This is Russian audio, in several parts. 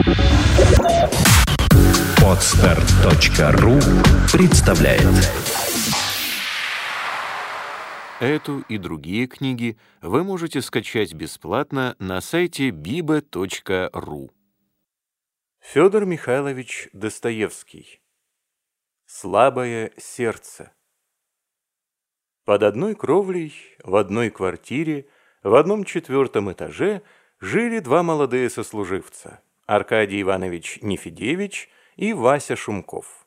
Podster.ru представляет. Эту и другие книги вы можете скачать бесплатно на сайте bibe.ru. Федор Михайлович Достоевский. Слабое сердце. Под одной кровлей, в одной квартире, в одном 4-м этаже жили два молодые сослуживца – Аркадий Иванович Нефедевич и Вася Шумков.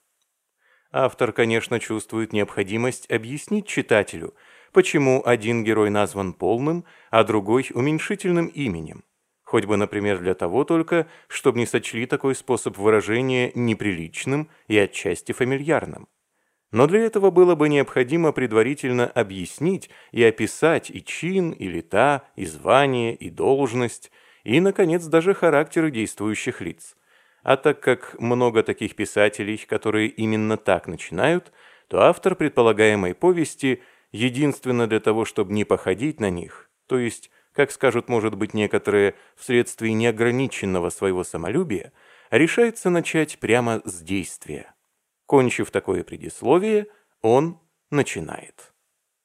Автор, конечно, чувствует необходимость объяснить читателю, почему один герой назван полным, а другой уменьшительным именем. Хоть бы, например, для того только, чтобы не сочли такой способ выражения неприличным и отчасти фамильярным. Но для этого было бы необходимо предварительно объяснить и описать и чин, и лета, и звание, и должность, и, наконец, даже характеры действующих лиц. А так как много таких писателей, которые именно так начинают, то автор предполагаемой повести, единственно для того, чтобы не походить на них, то есть, как скажут, может быть, некоторые, вследствие неограниченного своего самолюбия, решается начать прямо с действия. Кончив такое предисловие, он начинает.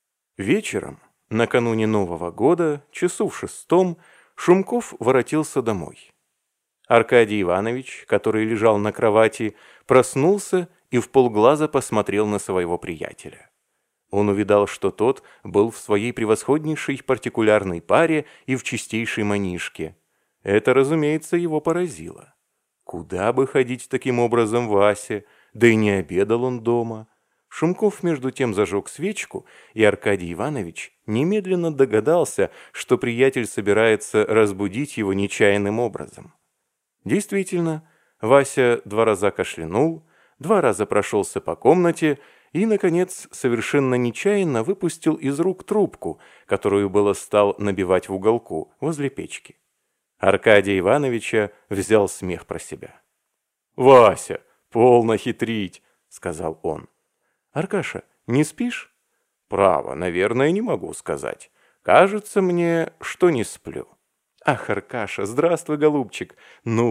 Вечером, накануне Нового года, часу в 6, Шумков воротился домой. Аркадий Иванович, который лежал на кровати, проснулся и вполглаза посмотрел на своего приятеля. Он увидал, что тот был в своей превосходнейшей партикулярной паре и в чистейшей манишке. Это, разумеется, его поразило. Куда бы ходить таким образом Васе? Да и не обедал он дома. Шумков между тем зажег свечку, и Аркадий Иванович немедленно догадался, что приятель собирается разбудить его нечаянным образом. Действительно, Вася 2 раза кашлянул, 2 раза прошелся по комнате и, наконец, совершенно нечаянно выпустил из рук трубку, которую было стал набивать в уголку возле печки. Аркадия Ивановича взял смех про себя. «Вася, полно хитрить», — сказал он. «Аркаша, не спишь?» «Право, наверное, не могу сказать. Кажется мне, что не сплю». «Ах, Аркаша, здравствуй, голубчик! Ну,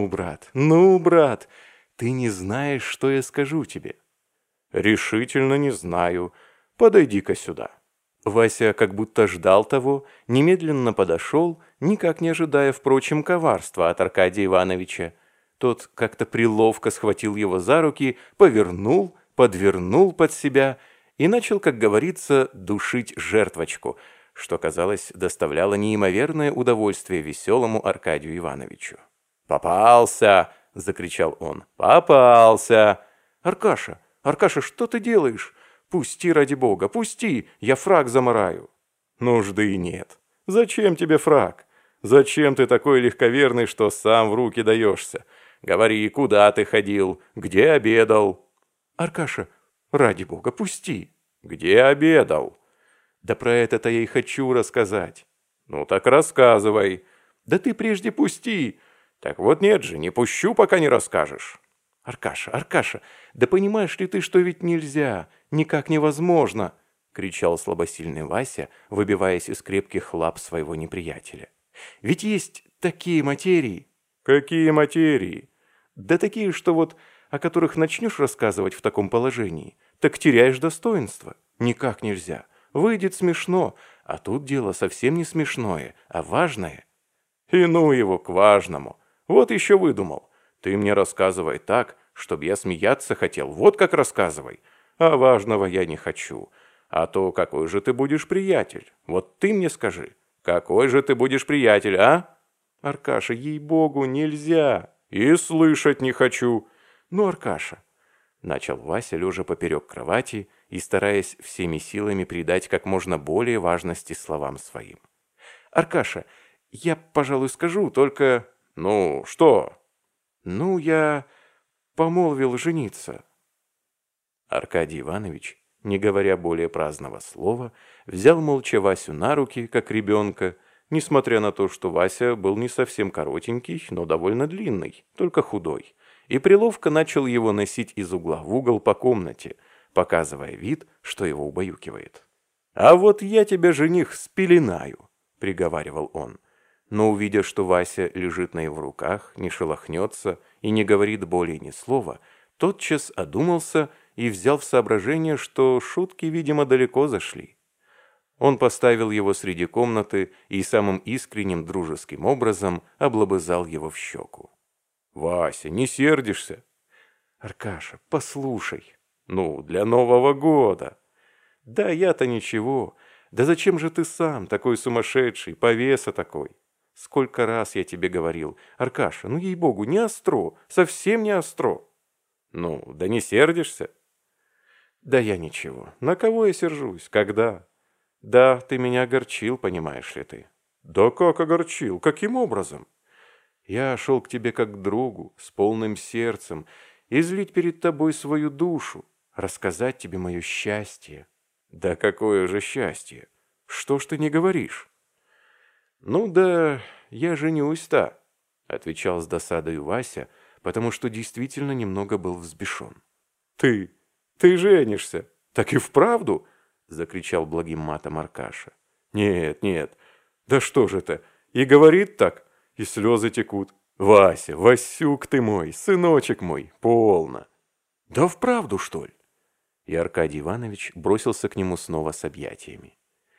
брат, ты не знаешь, что я скажу тебе». «Решительно не знаю. Подойди-ка сюда». Вася как будто ждал того, немедленно подошел, никак не ожидая, впрочем, коварства от Аркадия Ивановича. Тот как-то приловко схватил его за руки, повернул, подвернул под себя и начал, как говорится, душить жертвочку, что, казалось, доставляло неимоверное удовольствие веселому Аркадию Ивановичу. «Попался!» — закричал он. «Попался!» «Аркаша, что ты делаешь? Пусти, ради бога, пусти, я фрак замараю». «Нужды нет. Зачем тебе фрак? Зачем ты такой легковерный, что сам в руки даешься? Говори, куда ты ходил, где обедал?» «Аркаша, ради бога, пусти». «Где обедал?» «Да про это-то я и хочу рассказать». «Ну так рассказывай». «Да ты прежде пусти». «Так вот нет же, не пущу, пока не расскажешь». «Аркаша, да понимаешь ли ты, что ведь нельзя, никак невозможно», — кричал слабосильный Вася, выбиваясь из крепких лап своего неприятеля. «Ведь есть такие материи». «Какие материи?» «Да такие, что вот, о которых начнешь рассказывать в таком положении, так теряешь достоинство. Никак нельзя. Выйдет смешно, а тут дело совсем не смешное, а важное». «И ну его к важному. Вот еще выдумал. Ты мне рассказывай так, чтобы я смеяться хотел, вот как рассказывай. А важного я не хочу. А то какой же ты будешь приятель? Вот ты мне скажи, какой же ты будешь приятель, а?» «Аркаша, ей-богу, нельзя». «И слышать не хочу». «Ну, Аркаша», — начал Вася, лежа поперек кровати и стараясь всеми силами придать как можно более важности словам своим. «Аркаша, я, пожалуй, скажу, только...» «Ну, что?» «Ну, я помолвил жениться». Аркадий Иванович, не говоря более праздного слова, взял молча Васю на руки, как ребенка, несмотря на то, что Вася был не совсем коротенький, но довольно длинный, только худой, и приловко начал его носить из угла в угол по комнате, показывая вид, что его убаюкивает. «А вот я тебя, жених, спеленаю», — приговаривал он. Но увидя, что Вася лежит на его руках, не шелохнется и не говорит более ни слова, тотчас одумался и взял в соображение, что шутки, видимо, далеко зашли. Он поставил его среди комнаты и самым искренним дружеским образом облобызал его в щеку. «Вася, не сердишься?» «Аркаша, послушай». «Ну, для Нового года». «Да я-то ничего. Да зачем же ты сам, такой сумасшедший, повеса такой? Сколько раз я тебе говорил. Аркаша, ну ей-богу, не остро, совсем не остро». «Ну, да не сердишься?» «Да я ничего. На кого я сержусь? Когда?» «Да, ты меня огорчил, понимаешь ли ты». «Да как огорчил? Каким образом?» «Я шел к тебе как к другу, с полным сердцем, излить перед тобой свою душу, рассказать тебе мое счастье». «Да какое же счастье? Что ж ты не говоришь?» «Ну да, я женюсь-то», — отвечал с досадой Вася, потому что действительно немного был взбешен. «Ты женишься? Так и вправду?» — закричал благим матом Аркаша. «Нет, нет, да что же это, и говорит так, и слезы текут. Вася, Васюк ты мой, сыночек мой, полно». «Да вправду, что ли?» И Аркадий Иванович бросился к нему снова с объятиями.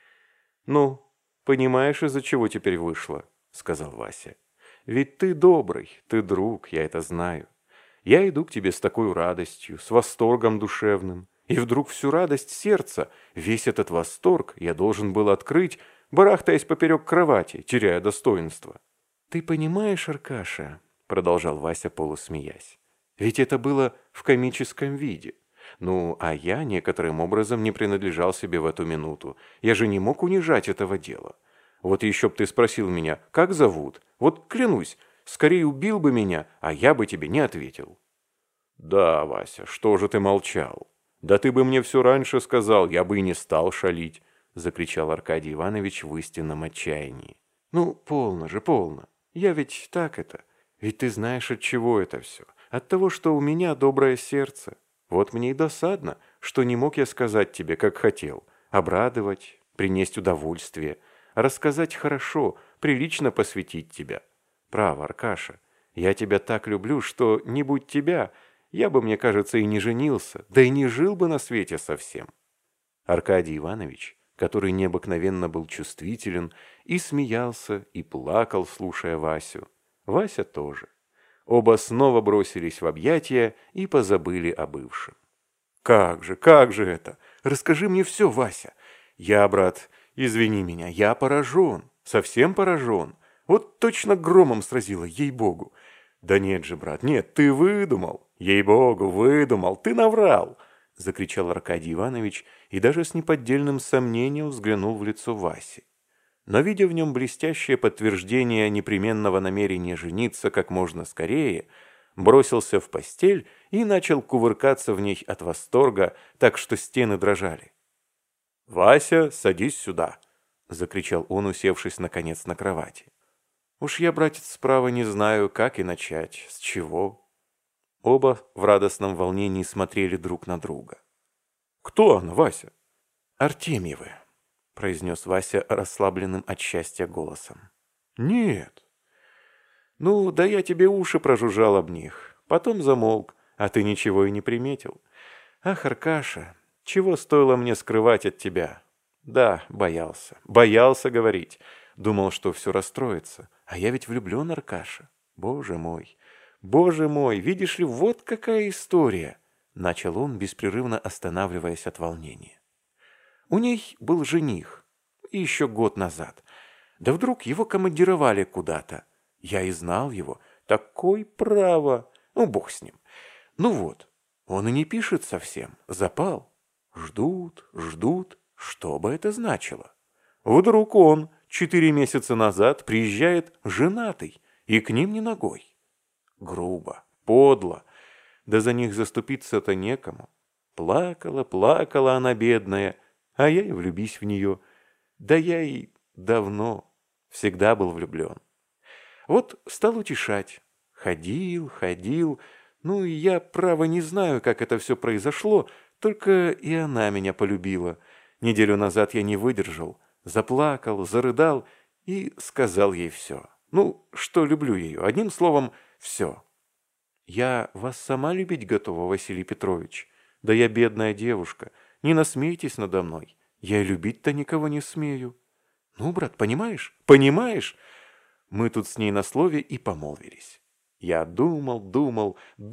«Ну, понимаешь, из-за чего теперь вышло?» — сказал Вася. «Ведь ты добрый, ты друг, я это знаю. Я иду к тебе с такой радостью, с восторгом душевным, и вдруг всю радость сердца, весь этот восторг я должен был открыть, барахтаясь поперек кровати, теряя достоинство». «Ты понимаешь, Аркаша?» — продолжал Вася, полусмеясь. «Ведь это было в комическом виде. Ну, а я некоторым образом не принадлежал себе в эту минуту. Я же не мог унижать этого дела. Вот еще б ты спросил меня, как зовут? Вот клянусь, скорее убил бы меня, а я бы тебе не ответил». «Да, Вася, что же ты молчал? Да ты бы мне все раньше сказал, я бы и не стал шалить», — закричал Аркадий Иванович в истинном отчаянии. «Ну, полно же, полно. Я ведь так это. Ведь ты знаешь, от чего это все. От того, что у меня доброе сердце. Вот мне и досадно, что не мог я сказать тебе, как хотел, обрадовать, принести удовольствие, рассказать хорошо, прилично посвятить тебя. Право, Аркаша, я тебя так люблю, что, не будь тебя, я бы, мне кажется, и не женился, да и не жил бы на свете совсем». Аркадий Иванович, который необыкновенно был чувствителен, и смеялся, и плакал, слушая Васю. Вася тоже. Оба снова бросились в объятия и позабыли о бывшем. Как же это? Расскажи мне все, Вася. Я, брат, извини меня, я поражен, совсем поражен. Вот точно громом сразило, ей-богу». «Да нет же, брат, нет, ты выдумал, ей-богу, выдумал, ты наврал», — закричал Аркадий Иванович и даже с неподдельным сомнением взглянул в лицо Васи. Но, видя в нем блестящее подтверждение непременного намерения жениться как можно скорее, бросился в постель и начал кувыркаться в ней от восторга, так что стены дрожали. «Вася, садись сюда!» — закричал он, усевшись наконец на кровати. «Уж я, братец, справа не знаю, как и начать, с чего». Оба в радостном волнении смотрели друг на друга. «Кто она, Вася?» «Артемьевы», — произнес Вася расслабленным от счастья голосом. «Нет». «Ну, да я тебе уши прожужжал об них, потом замолк, а ты ничего и не приметил. Ах, Аркаша, чего стоило мне скрывать от тебя? Да, боялся говорить, думал, что все расстроится, а я ведь влюблен, Аркаша. Боже мой, видишь ли, вот какая история!» Начал он, беспрерывно останавливаясь от волнения. У ней был жених, еще год назад. Да вдруг его командировали куда-то. Я и знал его. Такой право. Ну, бог с ним. Ну вот, он и не пишет совсем. Запал. Ждут. Что бы это значило? Вдруг он 4 месяца назад приезжает женатый, и к ним не ногой. Грубо, подло. Да за них заступиться-то некому. Плакала она, бедная, а я и влюбись в нее. Да я и давно, всегда был влюблен. Вот стал утешать. Ходил. Ну, и я, право, не знаю, как это все произошло, только и она меня полюбила. Неделю назад я не выдержал. Заплакал, зарыдал И сказал ей все. Ну, что люблю ее. Одним словом, все. Я вас сама любить готова, Василий Петрович. Да я бедная девушка. Не насмейтесь надо мной. Я и любить-то никого не смею. Ну, брат, понимаешь? Понимаешь? Мы тут с ней на слове и помолвились. Я думал.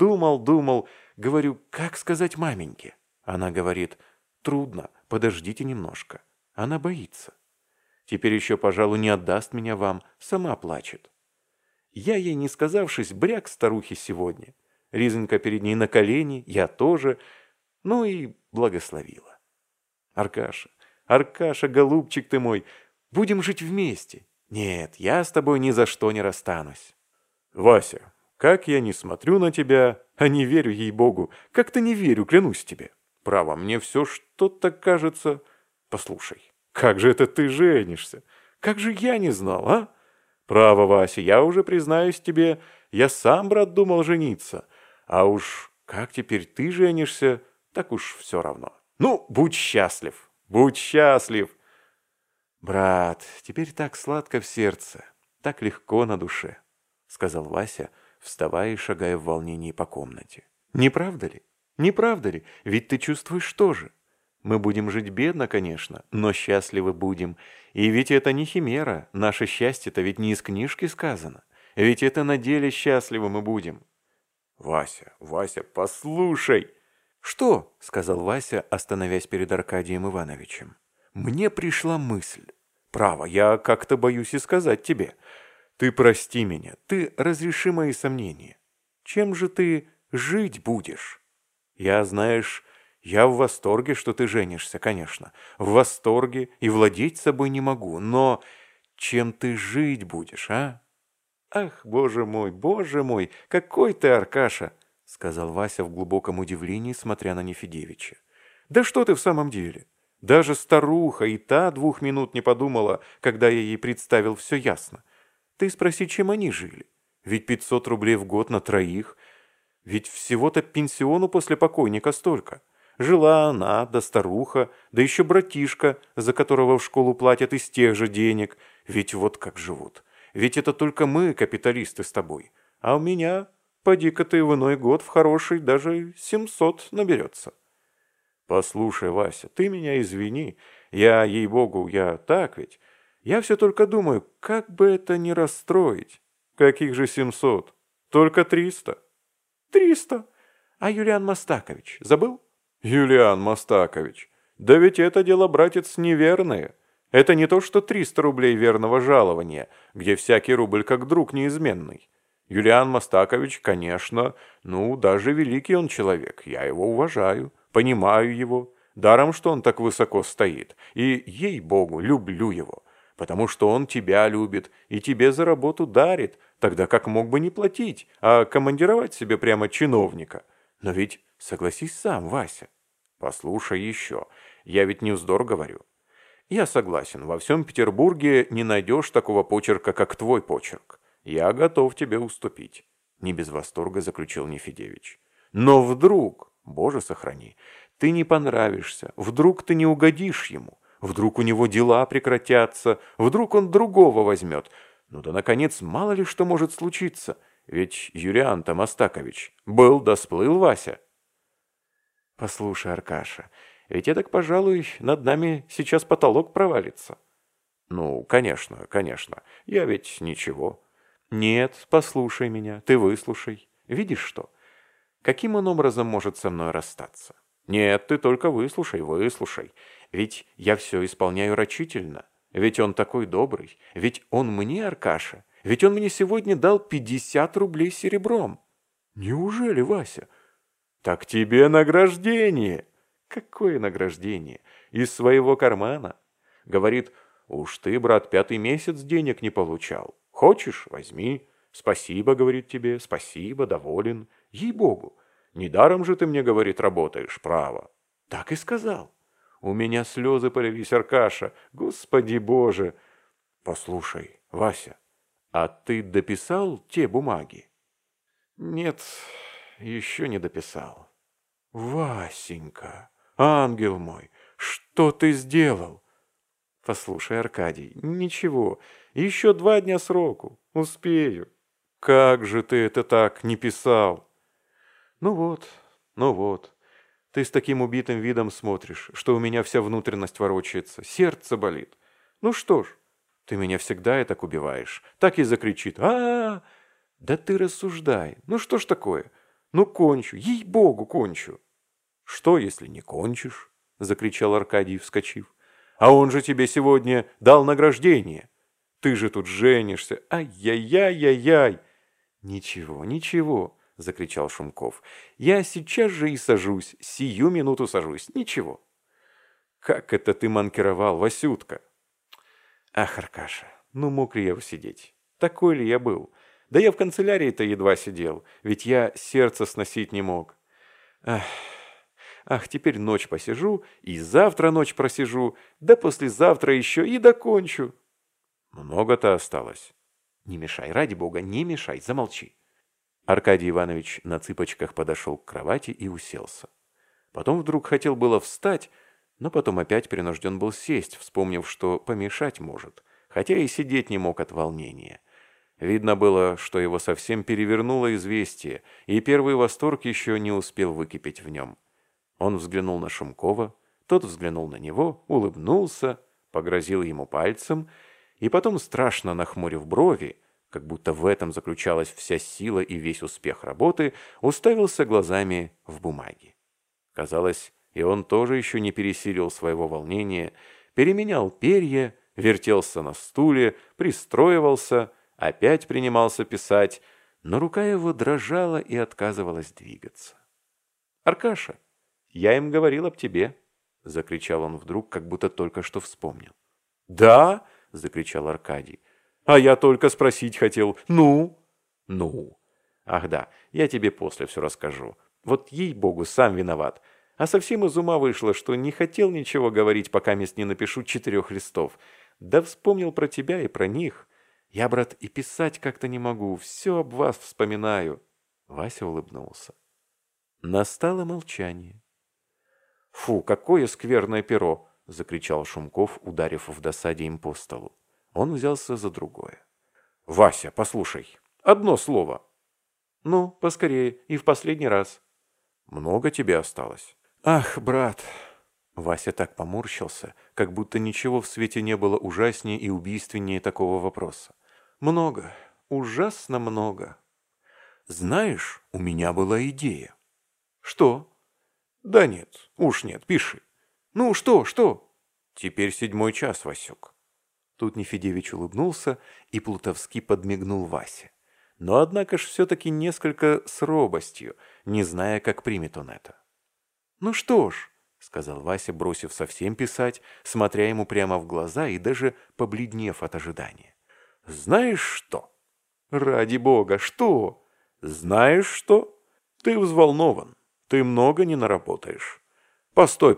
Говорю, как сказать маменьке? Она говорит, трудно, подождите немножко. Она боится. Теперь еще, пожалуй, не отдаст меня вам, сама плачет. Я ей, не сказавшись, бряк старухе сегодня. Ризонька перед ней на колени, я тоже, ну и благословила. Аркаша, голубчик ты мой, будем жить вместе. Нет, я с тобой ни за что не расстанусь. Вася, как я не смотрю на тебя, а не верю ей-богу, как-то не верю, клянусь тебе. Право, мне все что-то кажется... Послушай, как же это ты женишься? Как же я не знал, а? Право, Вася, я уже признаюсь тебе, я сам, брат, думал жениться. А уж как теперь ты женишься, так уж все равно. Ну, будь счастлив, будь счастлив. Брат, теперь так сладко в сердце, так легко на душе, сказал Вася, вставая и шагая в волнении по комнате. Не правда ли? Не правда ли? Ведь ты чувствуешь тоже. Мы будем жить бедно, конечно, но счастливы будем. И ведь это не химера, наше счастье-то ведь не из книжки сказано. Ведь это на деле счастливы мы будем. Вася, послушай. Что? Сказал Вася, остановясь перед Аркадием Ивановичем. Мне пришла мысль. Право, я как-то боюсь и сказать тебе. Ты прости меня, ты разреши мои сомнения. Чем же ты жить будешь? Я, знаешь... Я в восторге, что ты женишься, конечно. В восторге и владеть собой не могу. Но чем ты жить будешь, а? Ах, боже мой, какой ты, Аркаша, сказал Вася в глубоком удивлении, смотря на Нефедевича. Да что ты в самом деле? Даже старуха и та 2 минут не подумала, когда я ей представил все ясно. Ты спроси, чем они жили. Ведь 500 рублей в год на троих. Ведь всего-то пенсиону после покойника столько. Жила она, да старуха, да еще братишка, за которого в школу платят из тех же денег. Ведь вот как живут. Ведь это только мы, капиталисты, с тобой. А у меня, поди-ка ты в иной год в хороший даже 700 наберется. Послушай, Вася, ты меня извини. Я, ей-богу, я так ведь. Я все только думаю, как бы это не расстроить. Каких же 700? Только 300. 300? А Юлиан Мастакович забыл? Юлиан Мастакович, да ведь это дело, братец, неверное. Это не то, что 300 рублей верного жалования, где всякий рубль как друг неизменный. Юлиан Мастакович, конечно, даже великий он человек, я его уважаю, понимаю его, даром, что он так высоко стоит, и, ей-богу, люблю его, потому что он тебя любит и тебе за работу дарит, тогда как мог бы не платить, а командировать себе прямо чиновника. Но ведь согласись сам, Вася. Послушай еще, я ведь не вздор говорю. Я согласен, во всем Петербурге не найдешь такого почерка, как твой почерк. Я готов тебе уступить. Не без восторга заключил Нефедевич. Но вдруг, Боже сохрани, ты не понравишься, вдруг ты не угодишь ему, вдруг у него дела прекратятся, вдруг он другого возьмет. Ну да, наконец, мало ли что может случиться. Ведь Юлиан-то Мастакович был да сплыл, Вася. Послушай, Аркаша, ведь это, пожалуй, над нами сейчас потолок провалится. Ну, конечно, я ведь ничего. Нет, послушай меня, ты выслушай. Видишь что? Каким он образом может со мной расстаться? Нет, ты только выслушай. Ведь я все исполняю рачительно. Ведь он такой добрый. Ведь он мне, Аркаша, ведь он мне сегодня дал 50 рублей серебром. Неужели, Вася? Так тебе награждение. Какое награждение? Из своего кармана. Говорит, уж ты, брат, 5-й месяц денег не получал. Хочешь, возьми. Спасибо, говорит тебе, спасибо, доволен. Ей-богу, недаром же ты мне, говорит, работаешь, право. Так и сказал. У меня слезы полились, Аркаша. Господи Боже. Послушай, Вася, а ты дописал те бумаги? Нет, еще не дописал. Васенька, ангел мой, что ты сделал? Послушай, Аркадий, ничего, еще 2 дня сроку, успею. Как же ты это так не писал? Ну вот, ну вот. Ты с таким убитым видом смотришь, что у меня вся внутренность ворочается, сердце болит. Ну что ж, ты меня всегда и так убиваешь. Так и закричит. Да ты рассуждай. Ну что ж такое? Ну кончу, ей-богу, кончу. Что, если не кончишь? Закричал Аркадий, вскочив. А он же тебе сегодня дал награждение. Ты же тут женишься. Ай-яй-яй-яй-яй. Ничего, ничего, закричал Шумков. Я сейчас же и сажусь, сию минуту сажусь. Ничего. Как это ты манкировал, Васютка? Ах, Аркаша, ну мог ли я усидеть? Такой ли я был? Да я в канцелярии-то едва сидел, ведь я сердце сносить не мог. Ах, теперь ночь посижу, и завтра ночь просижу, да послезавтра еще и докончу. Много-то осталось. Не мешай, ради бога, не мешай, замолчи. Аркадий Иванович на цыпочках подошел к кровати и уселся. Потом вдруг хотел было встать, но потом опять принужден был сесть, вспомнив, что помешать может, хотя и сидеть не мог от волнения. Видно было, что его совсем перевернуло известие, и первый восторг еще не успел выкипеть в нем. Он взглянул на Шумкова, тот взглянул на него, улыбнулся, погрозил ему пальцем, и потом, страшно нахмурив брови, как будто в этом заключалась вся сила и весь успех работы, уставился глазами в бумаги. Казалось, и он тоже еще не пересилил своего волнения, переменял перья, вертелся на стуле, пристроивался, опять принимался писать, но рука его дрожала и отказывалась двигаться. «Аркаша, я им говорил об тебе», — закричал он вдруг, как будто только что вспомнил. «Да?» — закричал Аркадий. «А я только спросить хотел. Ну?» «Ну? Ах да, я тебе после все расскажу. Вот ей-богу, сам виноват. А совсем из ума вышло, что не хотел ничего говорить, пока мест не напишу 4 листов. Да вспомнил про тебя и про них. Я, брат, и писать как-то не могу, все об вас вспоминаю». Вася улыбнулся. Настало молчание. «Фу, какое скверное перо!» — закричал Шумков, ударив в досаде им по столу. Он взялся за другое. «Вася, послушай, одно слово». «Ну, поскорее, и в последний раз». «Много тебе осталось?» «Ах, брат!» Вася так поморщился, как будто ничего в свете не было ужаснее и убийственнее такого вопроса. «Много, ужасно много. Знаешь, у меня была идея». «Что?» «Да нет, уж нет, пиши». «Ну, что?» «Теперь 7 час, Васюк». Тут Нефедевич улыбнулся и плутовски подмигнул Васе. Но однако ж все-таки несколько с робостью, не зная, как примет он это. «Ну что ж», — сказал Вася, бросив совсем писать, смотря ему прямо в глаза и даже побледнев от ожидания. «Знаешь что?» «Ради бога, что?» «Знаешь что? Ты взволнован. Ты много не наработаешь. Постой.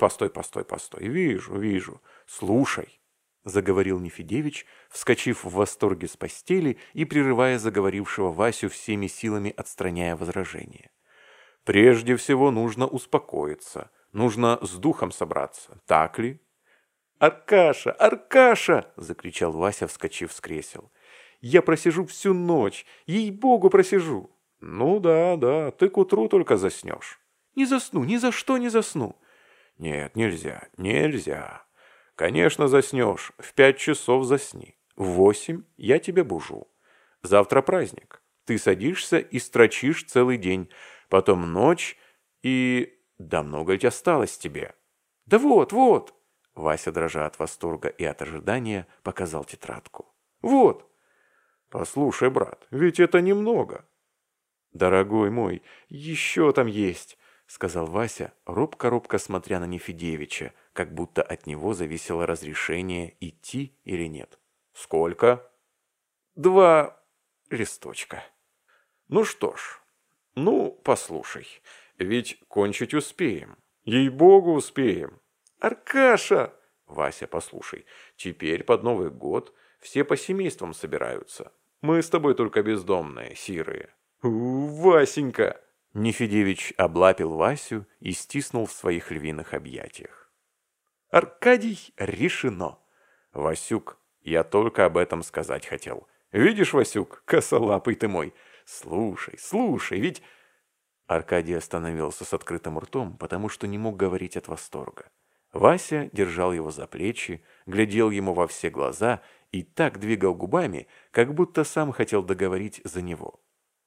Вижу. Слушай», — заговорил Нефедевич, вскочив в восторге с постели и прерывая заговорившего Васю всеми силами, отстраняя возражения. «Прежде всего нужно успокоиться, нужно с духом собраться, так ли?» «Аркаша!» — закричал Вася, вскочив с кресел. «Я просижу всю ночь, ей-богу просижу!» «Ну да, ты к утру только заснешь». «Не засну, ни за что не засну». «Нет, нельзя. Конечно, заснешь, в 5 часов засни. В 8 я тебя бужу. Завтра праздник. Ты садишься и строчишь целый день, потом ночь и... Да много ведь осталось тебе». «Да вот!» Вася, дрожа от восторга и от ожидания, показал тетрадку. «Вот!» «Послушай, брат, ведь это немного». «Дорогой мой, еще там есть», — сказал Вася, робко-робко смотря на Нефедевича, как будто от него зависело разрешение идти или нет. «Сколько?» 2 листочка. «Ну что ж, послушай, ведь кончить успеем. Ей-богу, успеем». «Аркаша!» «Вася, послушай, теперь под Новый год все по семействам собираются. Мы с тобой только бездомные, сирые». «Васенька!» Нефедевич облапил Васю и стиснул в своих львиных объятиях. «Аркадий, решено. «Васюк, я только об этом сказать хотел. Видишь, Васюк, косолапый ты мой, слушай, ведь...» Аркадий остановился с открытым ртом, потому что не мог говорить от восторга. Вася держал его за плечи, глядел ему во все глаза и так двигал губами, как будто сам хотел договорить за него.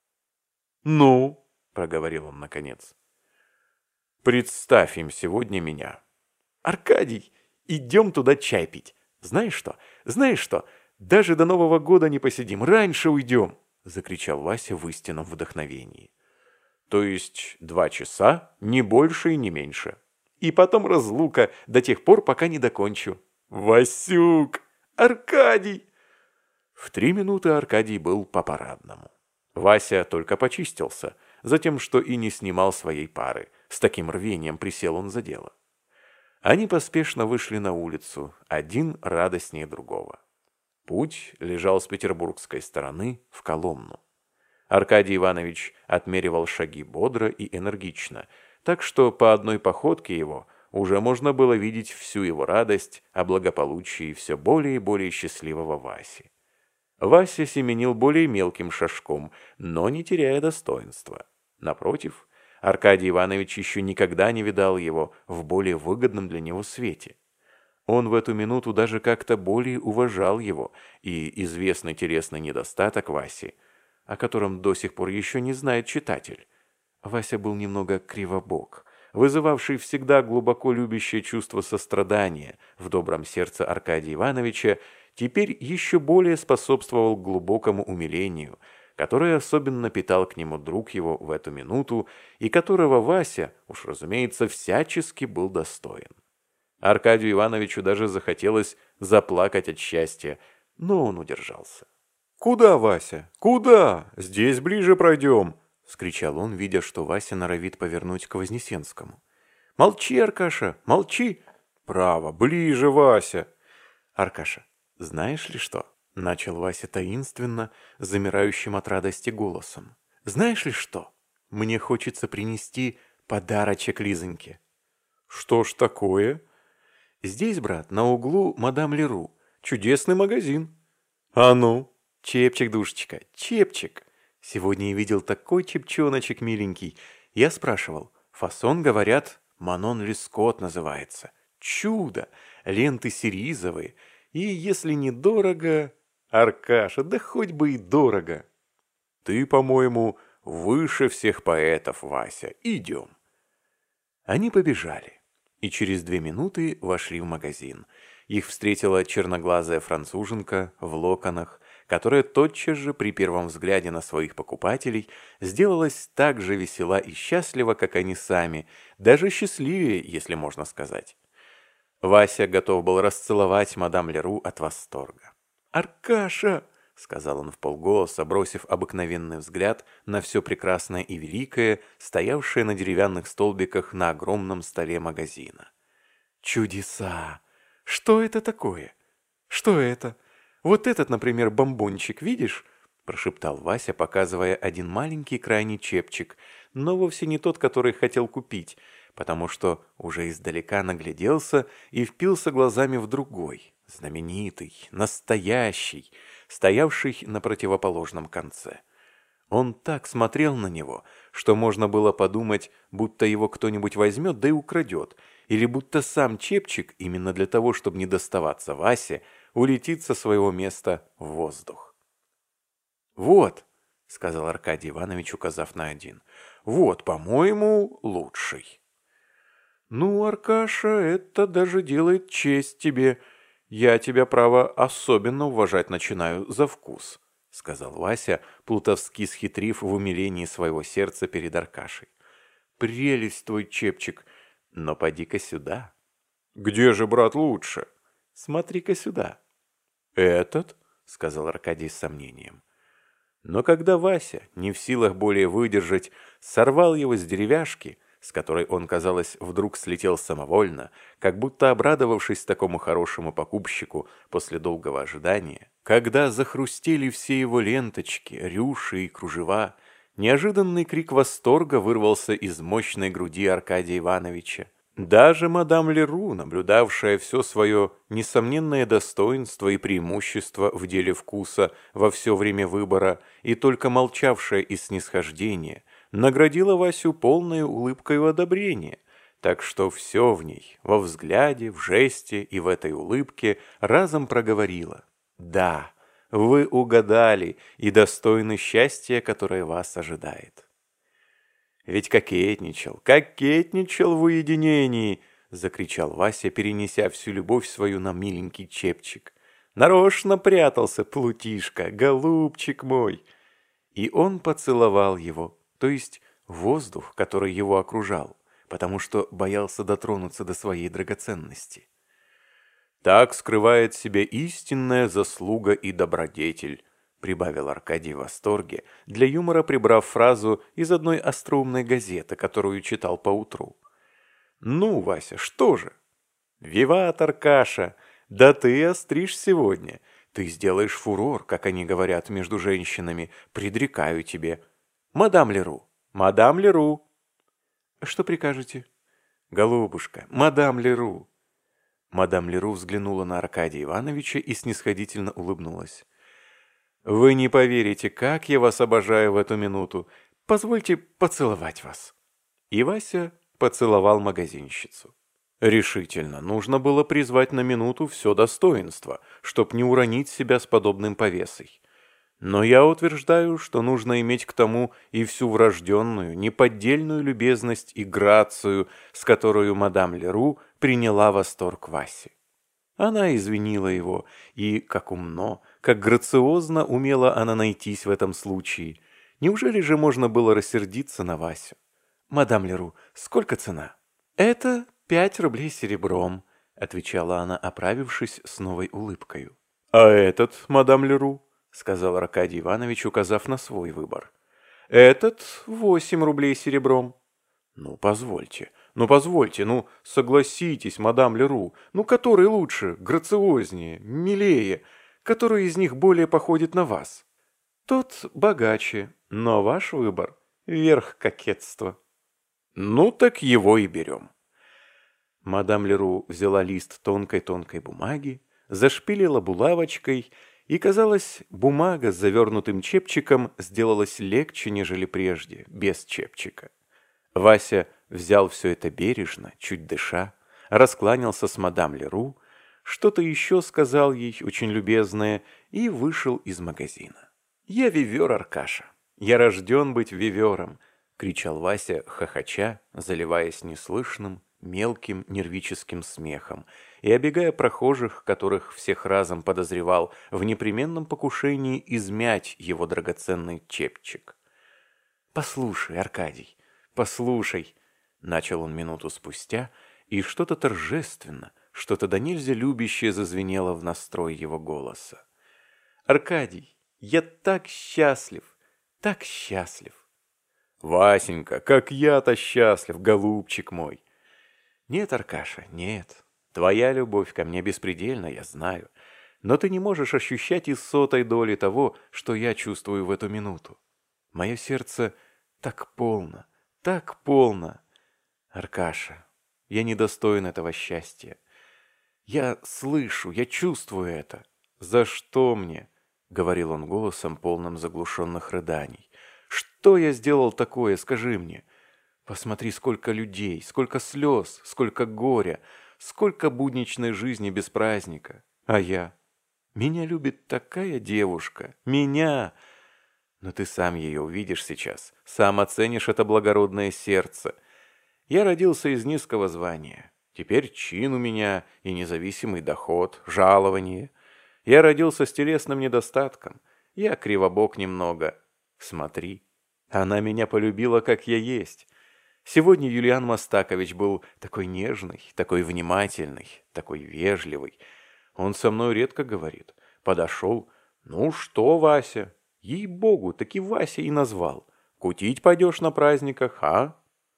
«Ну?» — проговорил он наконец. «Представь им сегодня меня». «Аркадий, идем туда чай пить. Знаешь что, даже до Нового года не посидим, раньше уйдем!» — закричал Вася в истинном вдохновении. «То есть 2 часа, не больше и не меньше. И потом разлука до тех пор, пока не докончу». «Васюк! Аркадий!» В 3 минуты Аркадий был по-парадному. Вася только почистился, затем что и не снимал своей пары. С таким рвением присел он за дело. Они поспешно вышли на улицу, один радостнее другого. Путь лежал с петербургской стороны в Коломну. Аркадий Иванович отмеривал шаги бодро и энергично, так что по одной походке его уже можно было видеть всю его радость о благополучии все более и более счастливого Васи. Вася семенил более мелким шажком, но не теряя достоинства. Напротив, Аркадий Иванович еще никогда не видал его в более выгодном для него свете. Он в эту минуту даже как-то более уважал его, и известный телесный недостаток Васи, о котором до сих пор еще не знает читатель. Вася был немного кривобок, вызывавший всегда глубоко любящее чувство сострадания в добром сердце Аркадия Ивановича, теперь еще более способствовал глубокому умилению, которое особенно питал к нему друг его в эту минуту, и которого Вася, уж разумеется, всячески был достоин. Аркадию Ивановичу даже захотелось заплакать от счастья, но он удержался. «Куда, Вася? Куда? Здесь ближе пройдем!» — вскричал он, видя, что Вася норовит повернуть к Вознесенскому. «Молчи, Аркаша, молчи!» «Право, ближе, Вася!» «Аркаша, знаешь ли что?» — начал Вася таинственно, замирающим от радости голосом. «Знаешь ли что? Мне хочется принести подарочек Лизоньке». «Что ж такое?» «Здесь, брат, на углу мадам Леру. Чудесный магазин». «А ну?» «Чепчик, душечка, чепчик. Сегодня я видел такой чепчоночек миленький. Я спрашивал. Фасон, говорят, Манон Лескот называется. Чудо! Ленты сиризовые. И если недорого...» «Аркаша, да хоть бы и дорого». «Ты, по-моему, выше всех поэтов, Вася. Идем». Они побежали. И через 2 минуты вошли в магазин. Их встретила черноглазая француженка в локонах, которая тотчас же при первом взгляде на своих покупателей сделалась так же весела и счастлива, как они сами, даже счастливее, если можно сказать. Вася готов был расцеловать мадам Леру от восторга. «Аркаша!» — сказал он вполголоса, бросив обыкновенный взгляд на все прекрасное и великое, стоявшее на деревянных столбиках на огромном столе магазина. «Чудеса! Что это такое? Что это? Вот этот, например, бомбончик, видишь?» — прошептал Вася, показывая один маленький крайний чепчик, но вовсе не тот, который хотел купить, потому что уже издалека нагляделся и впился глазами в другой, знаменитый, настоящий, стоявший на противоположном конце. Он так смотрел на него, что можно было подумать, будто его кто-нибудь возьмет да и украдет, или будто сам чепчик, именно для того, чтобы не доставаться Васе, улетит со своего места в воздух. «Вот», — сказал Аркадий Иванович, указав на один, — «вот, по-моему, лучший». «Ну, Аркаша, это даже делает честь тебе. Я тебя, право, особенно уважать начинаю за вкус», — сказал Вася, плутовски схитрив в умилении своего сердца перед Аркашей. «Прелесть твой чепчик, но поди-ка сюда». «Где же, брат, лучше?» «Смотри-ка сюда». «Этот?» — сказал Аркадий с сомнением. Но когда Вася, не в силах более выдержать, сорвал его с деревяшки, с которой он, казалось, вдруг слетел самовольно, как будто обрадовавшись такому хорошему покупщику после долгого ожидания, когда захрустели все его ленточки, рюши и кружева, неожиданный крик восторга вырвался из мощной груди Аркадия Ивановича. Даже мадам Леру, наблюдавшая все свое несомненное достоинство и преимущество в деле вкуса во все время выбора и только молчавшая из снисхождения, наградила Васю полной улыбкой одобрения, так что все в ней, во взгляде, в жесте и в этой улыбке разом проговорила: «Да, вы угадали и достойны счастья, которое вас ожидает». «Ведь кокетничал в уединении!» — закричал Вася, перенеся всю любовь свою на миленький чепчик. «Нарочно прятался, плутишка, голубчик мой!» И он поцеловал его, то есть воздух, который его окружал, потому что боялся дотронуться до своей драгоценности. «Так скрывает себе истинная заслуга и добродетель», — прибавил Аркадий в восторге, для юмора прибрав фразу из одной остроумной газеты, которую читал поутру. «Ну, Вася, что же?» «Виват, Аркаша! Да ты остришь сегодня! Ты сделаешь фурор, как они говорят между женщинами, предрекаю тебе. Мадам Леру! Мадам Леру!» «Что прикажете?» «Голубушка, мадам Леру!» Мадам Леру взглянула на Аркадия Ивановича и снисходительно улыбнулась. «Вы не поверите, как я вас обожаю в эту минуту. Позвольте поцеловать вас». И Вася поцеловал магазинщицу. Решительно, нужно было призвать на минуту все достоинство, чтоб не уронить себя с подобным повесой. Но я утверждаю, что нужно иметь к тому и всю врожденную, неподдельную любезность и грацию, с которой мадам Леру приняла восторг Васи. Она извинила его, и, как умно, как грациозно умела она найтись в этом случае. Неужели же можно было рассердиться на Васю? «Мадам Леру, сколько цена?» «Это 5 рублей серебром», — отвечала она, оправившись с новой улыбкою. «А этот, мадам Леру?» — сказал Аркадий Иванович, указав на свой выбор. «Этот 8 рублей серебром». «Ну, позвольте, согласитесь, мадам Леру, который лучше, грациознее, милее, который из них более походит на вас?» «Тот богаче, но ваш выбор — верх кокетства». «Ну, так его и берем». Мадам Леру взяла лист тонкой-тонкой бумаги, зашпилила булавочкой, и, казалось, бумага с завернутым чепчиком сделалась легче, нежели прежде, без чепчика. Вася взял все это бережно, чуть дыша, раскланялся с мадам Леру, что-то еще сказал ей очень любезное и вышел из магазина. «Я вивер, Аркаша, я рожден быть вивером!» — кричал Вася, хохоча, заливаясь неслышным, мелким нервическим смехом и обегая прохожих, которых всех разом подозревал в непременном покушении измять его драгоценный чепчик. «Послушай, Аркадий, послушай!» — начал он минуту спустя, и что-то торжественно, что-то до нельзя любящее зазвенело в настрой его голоса. «Аркадий, я так счастлив, так счастлив!» «Васенька, как я-то счастлив, голубчик мой!» «Нет, Аркаша, нет. Твоя любовь ко мне беспредельна, я знаю. Но ты не можешь ощущать и сотой доли того, что я чувствую в эту минуту. Мое сердце так полно, так полно. Аркаша, я недостоин этого счастья. Я слышу, я чувствую это. За что мне?» — говорил он голосом, полным заглушенных рыданий. «Что я сделал такое, скажи мне? Посмотри, сколько людей, сколько слез, сколько горя, сколько будничной жизни без праздника. А я? Меня любит такая девушка. Меня! Но ты сам ее увидишь сейчас, сам оценишь это благородное сердце. Я родился из низкого звания. Теперь чин у меня и независимый доход, жалование. Я родился с телесным недостатком. Я кривобок немного. Смотри, она меня полюбила, как я есть. Сегодня Юлиан Мастакович был такой нежный, такой внимательный, такой вежливый. Он со мной редко говорит. Подошел. «Ну что, Вася?» Ей-богу, таки Вася и назвал. «Кутить пойдешь на праздниках, а?»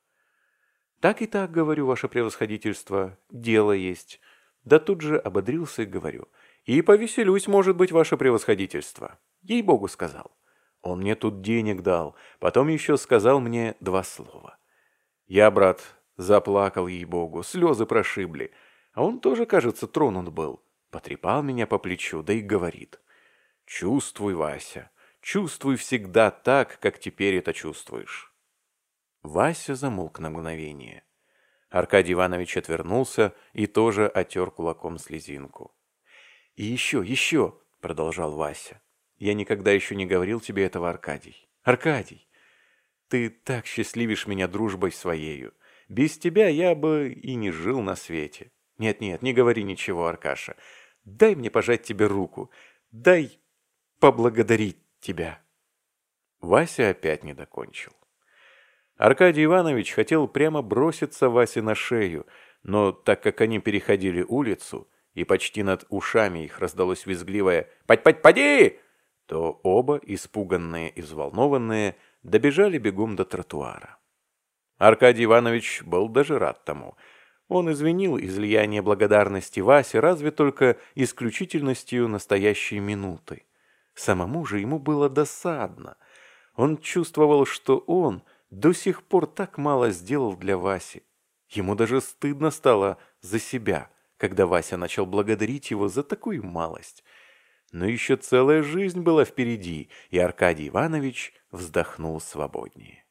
«Так и так, говорю, ваше превосходительство, дело есть». Да тут же ободрился и говорю. «И повеселюсь, может быть, ваше превосходительство». Ей-богу сказал. Он мне тут денег дал, потом еще сказал мне 2 слова. «Я, брат, Заплакал, ей-богу, слезы прошибли. А он тоже, кажется, тронут был. Потрепал меня по плечу, да и говорит: «Чувствуй, Вася, чувствуй всегда так, как теперь это чувствуешь». Вася замолк на мгновение. Аркадий Иванович отвернулся и тоже отер кулаком слезинку. «И еще», — продолжал Вася, — «я никогда еще не говорил тебе этого, Аркадий. Аркадий, ты так счастливишь меня дружбой своею. Без тебя я бы и не жил на свете. Нет, не говори ничего, Аркаша. Дай мне пожать тебе руку. Дай поблагодарить тебя». Вася опять не докончил. Аркадий Иванович хотел прямо броситься Васе на шею, но так как они переходили улицу, и почти над ушами их раздалось визгливое «Падь-падь-пади!», то оба, испуганные и взволнованные, добежали бегом до тротуара. Аркадий Иванович был даже рад тому. Он извинил излияние благодарности Васе разве только исключительностью настоящей минуты. Самому же ему было досадно. Он чувствовал, что он до сих пор так мало сделал для Васи. Ему даже стыдно стало за себя, когда Вася начал благодарить его за такую малость. Но еще целая жизнь была впереди, и Аркадий Иванович вздохнул свободнее.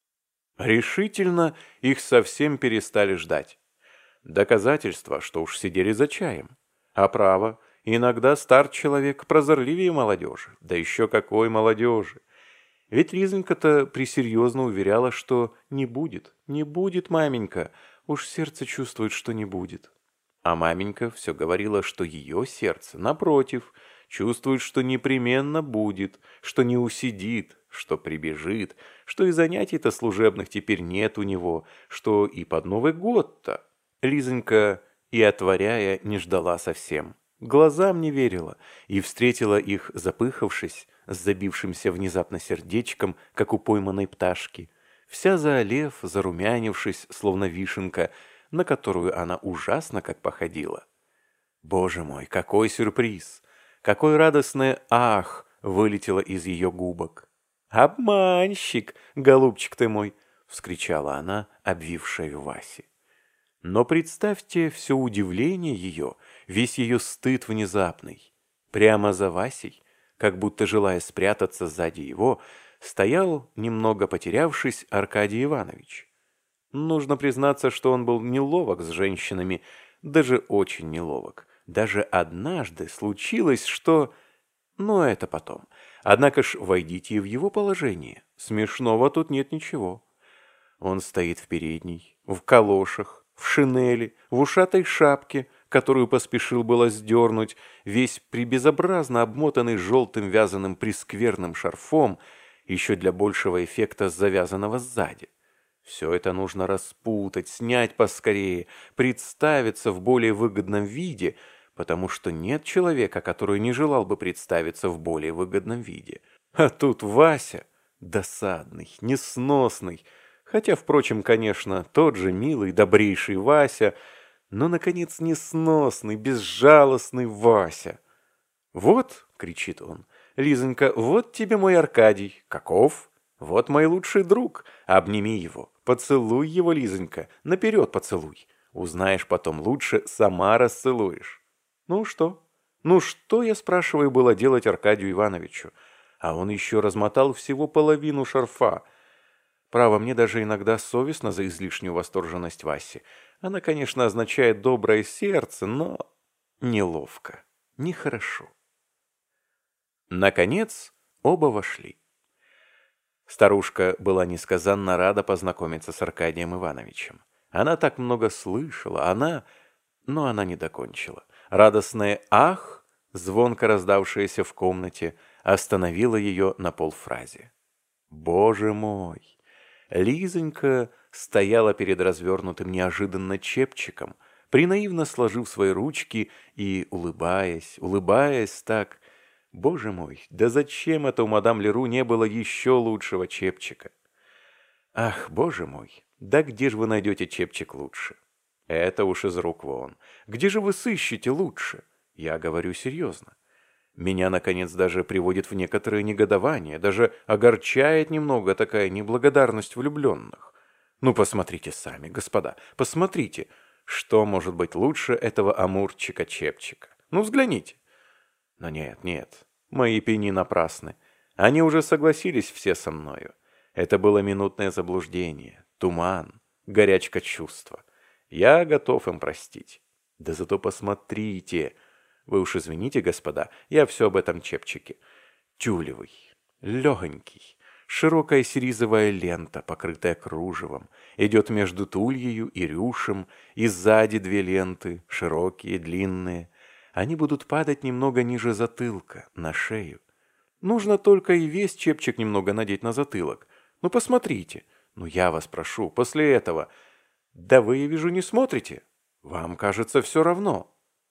Решительно их совсем перестали ждать. Доказательство, что уж сидели за чаем. А право, иногда стар человек прозорливее молодежи, да еще какой молодежи. Ведь Лизонька-то пресерьезно уверяла, что не будет, маменька, уж сердце чувствует, что не будет. А маменька все говорила, что ее сердце, напротив, чувствует, что непременно будет, что не усидит, что прибежит, что и занятий-то служебных теперь нет у него, что и под Новый год-то. Лизонька и отворяя не ждала совсем. Глазам не верила и встретила их, запыхавшись, с забившимся внезапно сердечком, как у пойманной пташки, вся заолев, зарумянившись, словно вишенка, на которую она ужасно как походила. Боже мой, какой сюрприз! Какое радостное «ах» вылетело из ее губок. «Обманщик, голубчик ты мой!» — вскричала она, обвив шею Васи. Но представьте все удивление ее, весь ее стыд внезапный. Прямо за Васей, как будто желая спрятаться сзади его, стоял, немного потерявшись, Аркадий Иванович. Нужно признаться, что он был неловок с женщинами, даже очень неловок. Даже однажды случилось, что... Но это потом. Однако ж войдите в его положение. Смешного тут нет ничего. Он стоит в передней, в калошах, в шинели, в ушатой шапке, которую поспешил было сдернуть, весь прибезобразно обмотанный желтым вязаным прескверным шарфом, еще для большего эффекта завязанного сзади. Все это нужно распутать, снять поскорее, представиться в более выгодном виде, потому что нет человека, который не желал бы представиться в более выгодном виде. А тут Вася, досадный, несносный, хотя, впрочем, конечно, тот же милый, добрейший Вася, но, наконец, несносный, безжалостный Вася. «Вот», — кричит он, — «Лизонька, вот тебе мой Аркадий. Каков? Вот мой лучший друг. Обними его, поцелуй его, Лизонька, наперед поцелуй. Узнаешь потом лучше, сама расцелуешь». Ну что, я спрашиваю, было делать Аркадию Ивановичу? А он еще размотал всего половину шарфа. Право, мне даже иногда совестно за излишнюю восторженность Васи. Она, конечно, означает доброе сердце, но неловко, нехорошо. Наконец, оба вошли. Старушка была несказанно рада познакомиться с Аркадием Ивановичем. Она так много слышала, но она не докончила. Радостное «ах», звонко раздавшееся в комнате, остановило ее на полфразе. Боже мой! Лизонька стояла перед развернутым неожиданно чепчиком, принаивно сложив свои ручки и улыбаясь так. Боже мой, да зачем это у мадам Леру не было еще лучшего чепчика? Ах, боже мой, да где же вы найдете чепчик лучше? Это уж из рук вон. Где же вы сыщете лучше? Я говорю серьезно. Меня, наконец, даже приводит в некоторое негодование, даже огорчает немного такая неблагодарность влюбленных. Ну, посмотрите сами, господа, посмотрите, что может быть лучше этого амурчика-чепчика. Ну, взгляните. Но нет, мои пени напрасны. Они уже согласились все со мною. Это было минутное заблуждение, туман, горячка чувства. Я готов им простить. Да зато посмотрите. Вы уж извините, господа, я все об этом чепчике. Тюлевый, легонький, широкая сиризовая лента, покрытая кружевом, идет между тульею и рюшем, и сзади две ленты, широкие, длинные. Они будут падать немного ниже затылка, на шею. Нужно только и весь чепчик немного надеть на затылок. Ну, посмотрите. Ну, я вас прошу, после этого... Да вы, я вижу, не смотрите. Вам, кажется, все равно.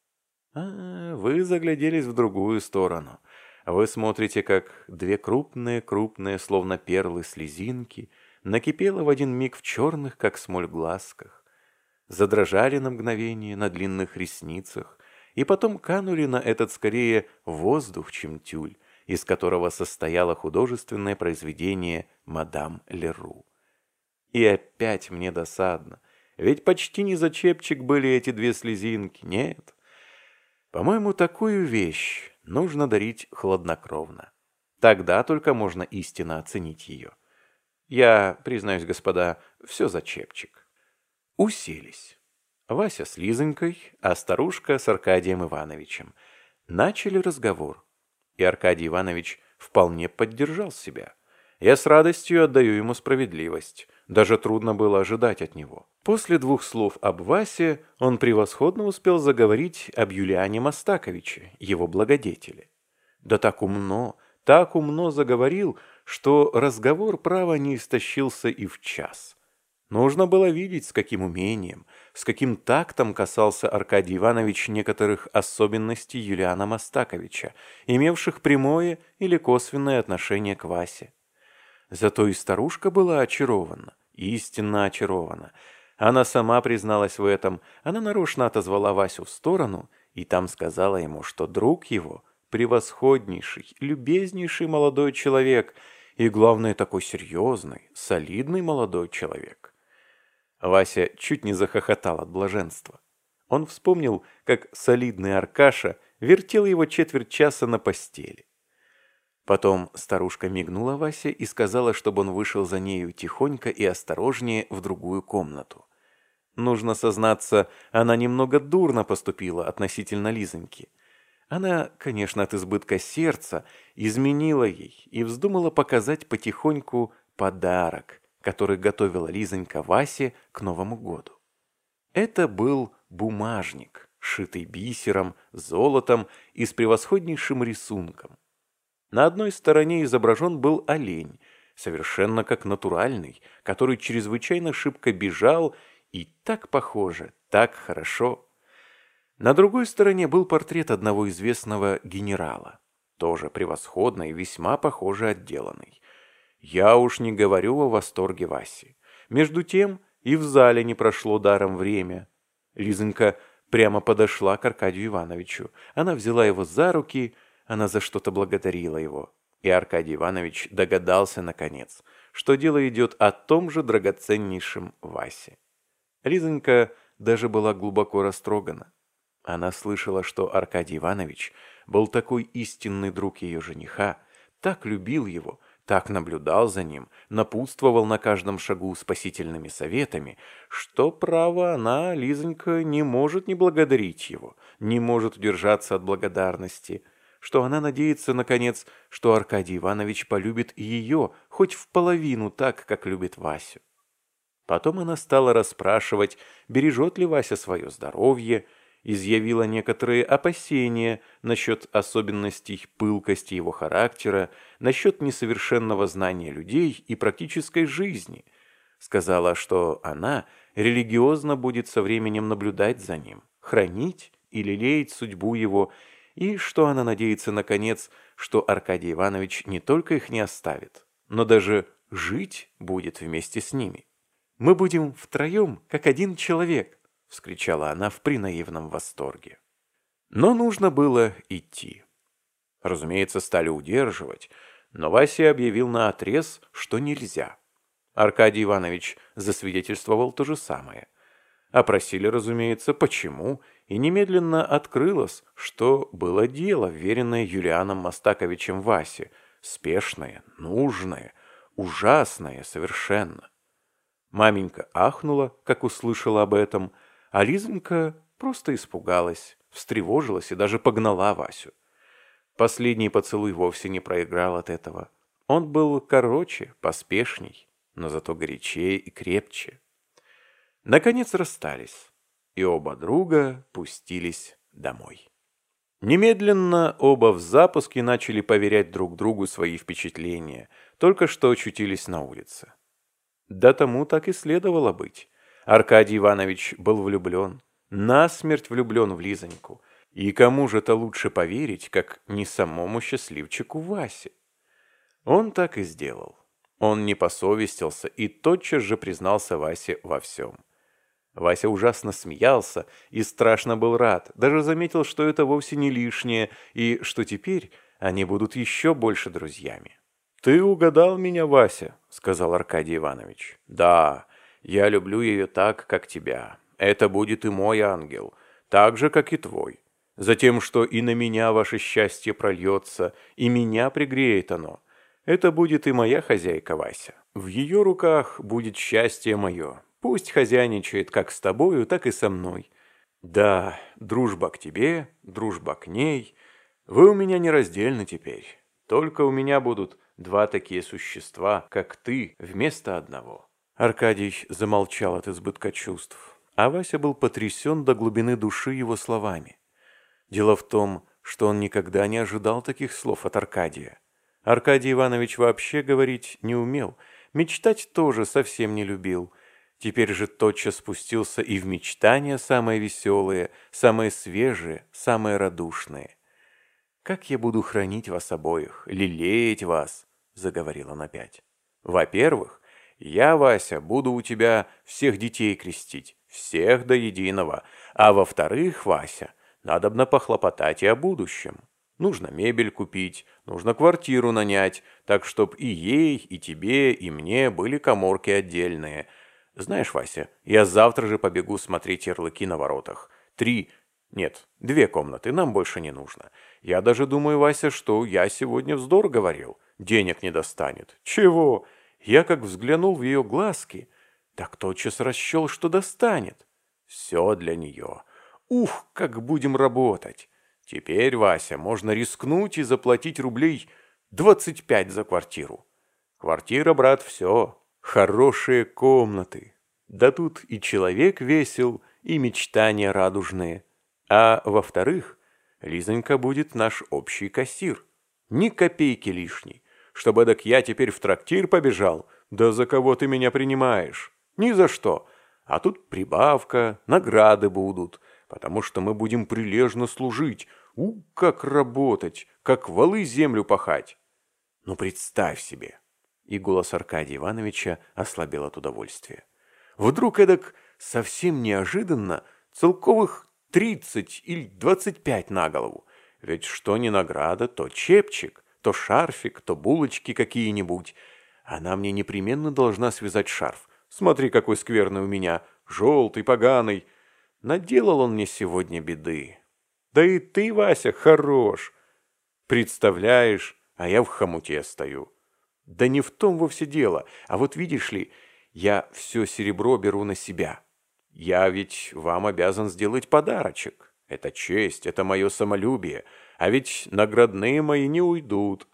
Вы загляделись в другую сторону. Вы смотрите, как две крупные, словно перлы, слезинки накипело в один миг в черных, как смоль, глазках, задрожали на мгновение на длинных ресницах и потом канули на этот скорее воздух, чем тюль, из которого состояло художественное произведение «Мадам Леру». И опять мне досадно, ведь почти не за чепчик были эти две слезинки, нет. По-моему, такую вещь нужно дарить хладнокровно. Тогда только можно истинно оценить ее. Я, признаюсь, господа, все за чепчик. Уселись. Вася с Лизонькой, а старушка с Аркадием Ивановичем. Начали разговор. И Аркадий Иванович вполне поддержал себя. Я с радостью отдаю ему справедливость. Даже трудно было ожидать от него. После двух слов об Васе он превосходно успел заговорить об Юлиане Мостаковиче, его благодетеле. Да так умно заговорил, что разговор, право, не истощился и в час. Нужно было видеть, с каким умением, с каким тактом касался Аркадий Иванович некоторых особенностей Юлиана Мостаковича, имевших прямое или косвенное отношение к Васе. Зато и старушка была очарована, истинно очарована. Она сама призналась в этом, она нарочно отозвала Васю в сторону и там сказала ему, что друг его превосходнейший, любезнейший молодой человек и, главное, такой серьезный, солидный молодой человек. Вася чуть не захохотал от блаженства. Он вспомнил, как солидный Аркаша вертел его четверть часа на постели. Потом старушка мигнула Васе и сказала, чтобы он вышел за нею тихонько и осторожнее в другую комнату. Нужно сознаться, она немного дурно поступила относительно Лизоньки. Она, конечно, от избытка сердца изменила ей и вздумала показать потихоньку подарок, который готовила Лизонька Васе к Новому году. Это был бумажник, сшитый бисером, золотом и с превосходнейшим рисунком. На одной стороне изображен был олень, совершенно как натуральный, который чрезвычайно шибко бежал и так похоже, так хорошо. На другой стороне был портрет одного известного генерала, тоже превосходно и весьма похоже отделанный. Я уж не говорю о восторге Васи. Между тем и в зале не прошло даром время. Лизонька прямо подошла к Аркадию Ивановичу. Она взяла его за руки, она за что-то благодарила его. И Аркадий Иванович догадался, наконец, что дело идет о том же драгоценнейшем Васе. Лизонька даже была глубоко растрогана. Она слышала, что Аркадий Иванович был такой истинный друг ее жениха, так любил его, так наблюдал за ним, напутствовал на каждом шагу спасительными советами, что, право, она, Лизонька, не может не благодарить его, не может удержаться от благодарности, что она надеется, наконец, что Аркадий Иванович полюбит и ее, хоть в половину так, как любит Васю. Потом она стала расспрашивать, бережет ли Вася свое здоровье, изъявила некоторые опасения насчет особенностей пылкости его характера, насчет несовершенного знания людей и практической жизни. Сказала, что она религиозно будет со временем наблюдать за ним, хранить и лелеять судьбу его, и что она надеется, наконец, что Аркадий Иванович не только их не оставит, но даже жить будет вместе с ними. «Мы будем втроем, как один человек», — вскричала она в принаивном восторге. Но нужно было идти. Разумеется, стали удерживать, но Вася объявил наотрез, что нельзя. Аркадий Иванович засвидетельствовал то же самое. Опросили, разумеется, почему, и немедленно открылось, что было дело, веренное Юлианом Мостаковичем Васе, спешное, нужное, ужасное совершенно. Маменька ахнула, как услышала об этом, а Лизонька просто испугалась, встревожилась и даже погнала Васю. Последний поцелуй вовсе не проиграл от этого. Он был короче, поспешней, но зато горячее и крепче. Наконец расстались, и оба друга пустились домой. Немедленно оба в запуске начали поверять друг другу свои впечатления, только что очутились на улице. Да тому так и следовало быть. Аркадий Иванович был влюблен, насмерть влюблен в Лизоньку, и кому же это лучше поверить, как не самому счастливчику Васе? Он так и сделал. Он не посовестился и тотчас же признался Васе во всем. Вася ужасно смеялся и страшно был рад, даже заметил, что это вовсе не лишнее, и что теперь они будут еще больше друзьями. «Ты угадал меня, Вася», — сказал Аркадий Иванович. «Да, я люблю ее так, как тебя. Это будет и мой ангел, так же, как и твой. Затем, что и на меня ваше счастье прольется, и меня пригреет оно. Это будет и моя хозяйка Вася. В ее руках будет счастье мое. Пусть хозяйничает как с тобою, так и со мной. Да, дружба к тебе, дружба к ней. Вы у меня нераздельны теперь. Только у меня будут два такие существа, как ты, вместо одного». Аркадий замолчал от избытка чувств, а Вася был потрясен до глубины души его словами. Дело в том, что он никогда не ожидал таких слов от Аркадия. Аркадий Иванович вообще говорить не умел, мечтать тоже совсем не любил. Теперь же тотчас спустился и в мечтания самые веселые, самые свежие, самые радушные. «Как я буду хранить вас обоих, лелеять вас», — заговорил он опять. «Во-первых, я, Вася, буду у тебя всех детей крестить, всех до единого, а во-вторых, Вася, надобно похлопотать и о будущем. Нужно мебель купить, нужно квартиру нанять, так чтоб и ей, и тебе, и мне были каморки отдельные. Знаешь, Вася, я завтра же побегу смотреть ярлыки на воротах. 2 комнаты, нам больше не нужно. Я даже думаю, Вася, что я сегодня вздор говорил. Денег не достанет. Чего? Я как взглянул в ее глазки, так тотчас расчел, что достанет. Все для нее. Ух, как будем работать! Теперь, Вася, можно рискнуть и заплатить рублей 25 за квартиру. Квартира, брат, все. Хорошие комнаты. Да тут и человек весел, и мечтания радужные. А во-вторых, Лизонька будет наш общий кассир. Ни копейки лишней. Чтобы эдак я теперь в трактир побежал. Да за кого ты меня принимаешь? Ни за что. А тут прибавка, награды будут. Потому что мы будем прилежно служить. Как работать, как валы землю пахать. Ну, представь себе. И голос Аркадия Ивановича ослабел от удовольствия. Вдруг эдак совсем неожиданно целковых 30 или 25 на голову. Ведь что не награда, то чепчик, то шарфик, то булочки какие-нибудь. Она мне непременно должна связать шарф. Смотри, какой скверный у меня, желтый, поганый. Наделал он мне сегодня беды. Да и ты, Вася, хорош. Представляешь, а я в хомуте стою. Да не в том вовсе дело, а вот видишь ли, я все серебро беру на себя. Я ведь вам обязан сделать подарочек. Это честь, это мое самолюбие, а ведь наградные мои не уйдут.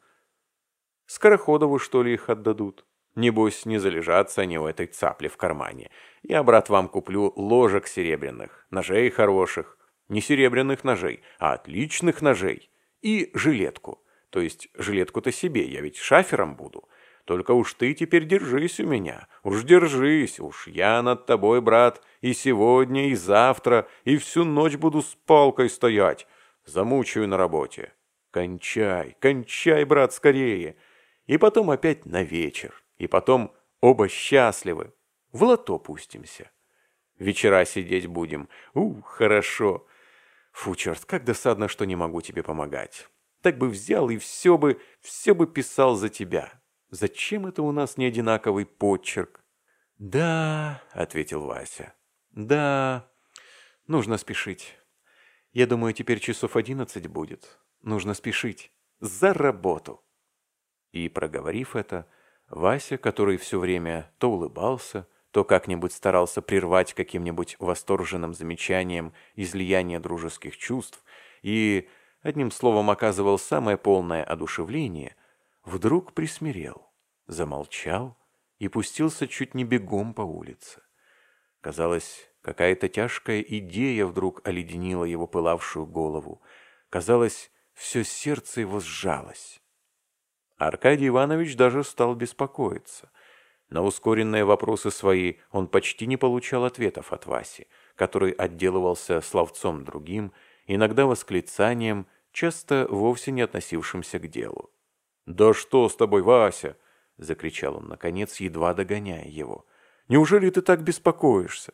Скороходову, что ли, их отдадут? Небось, не залежатся они у этой цапли в кармане. Я, брат, вам куплю ложек серебряных, ножей хороших. Не серебряных ножей, а отличных ножей. И жилетку. То есть жилетку-то себе, я ведь шафером буду. Только уж ты теперь держись у меня. Уж держись, уж я над тобой, брат, и сегодня, и завтра, и всю ночь буду с палкой стоять. Замучаю на работе. Кончай, кончай, брат, скорее. И потом опять на вечер. И потом оба счастливы. В лото пустимся. Вечера сидеть будем. Хорошо. Фу, черт, как досадно, что не могу тебе помогать. Так бы взял и все бы писал за тебя. Зачем это у нас не одинаковый почерк? Да, ответил Вася. Да, нужно спешить. Я думаю, теперь часов 11 будет. Нужно спешить. За работу. И, проговорив это, Вася, который все время то улыбался, то как-нибудь старался прервать каким-нибудь восторженным замечанием излияние дружеских чувств и, одним словом, оказывал самое полное одушевление, вдруг присмирел, замолчал и пустился чуть не бегом по улице. Казалось, какая-то тяжкая идея вдруг оледенила его пылавшую голову. Казалось, все сердце его сжалось. Аркадий Иванович даже стал беспокоиться. На ускоренные вопросы свои он почти не получал ответов от Васи, который отделывался словцом другим, иногда восклицанием, часто вовсе не относившимся к делу. «Да что с тобой, Вася?» — закричал он, наконец, едва догоняя его. «Неужели ты так беспокоишься?»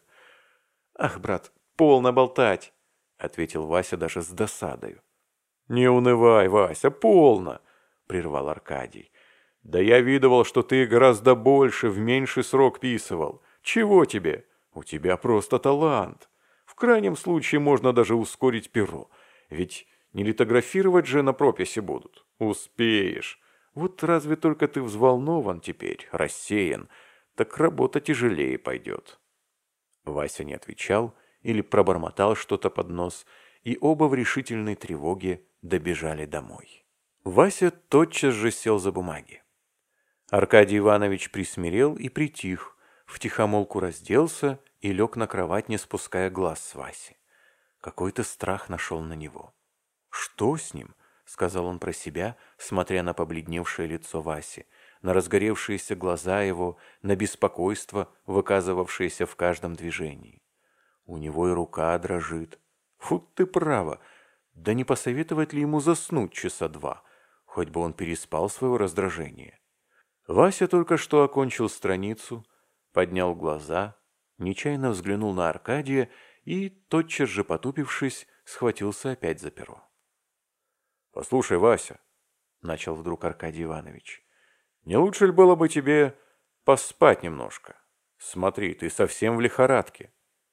«Ах, брат, полно болтать!» — ответил Вася даже с досадою. «Не унывай, Вася, полно!» — прервал Аркадий. «Да я видывал, что ты гораздо больше в меньший срок писывал. Чего тебе? У тебя просто талант. В крайнем случае можно даже ускорить перо. Ведь не литографировать же на прописи будут. Успеешь. Вот разве только ты взволнован теперь, рассеян, так работа тяжелее пойдет». Вася не отвечал или пробормотал что-то под нос, и оба в решительной тревоге добежали домой. Вася тотчас же сел за бумаги. Аркадий Иванович присмирел и притих, втихомолку разделся и лег на кровать, не спуская глаз с Васи. Какой-то страх нашел на него. «Что с ним?» — сказал он про себя, смотря на побледневшее лицо Васи, на разгоревшиеся глаза его, на беспокойство, выказывавшееся в каждом движении. У него и рука дрожит. Фу ты право! Да не посоветовать ли ему заснуть часа два? Хоть бы он переспал свое раздражение. Вася только что окончил страницу, поднял глаза, нечаянно взглянул на Аркадия и, тотчас же потупившись, схватился опять за перо. «Послушай, Вася», — начал вдруг Аркадий Иванович, — «не лучше ли было бы тебе поспать немножко? Смотри, ты совсем в лихорадке».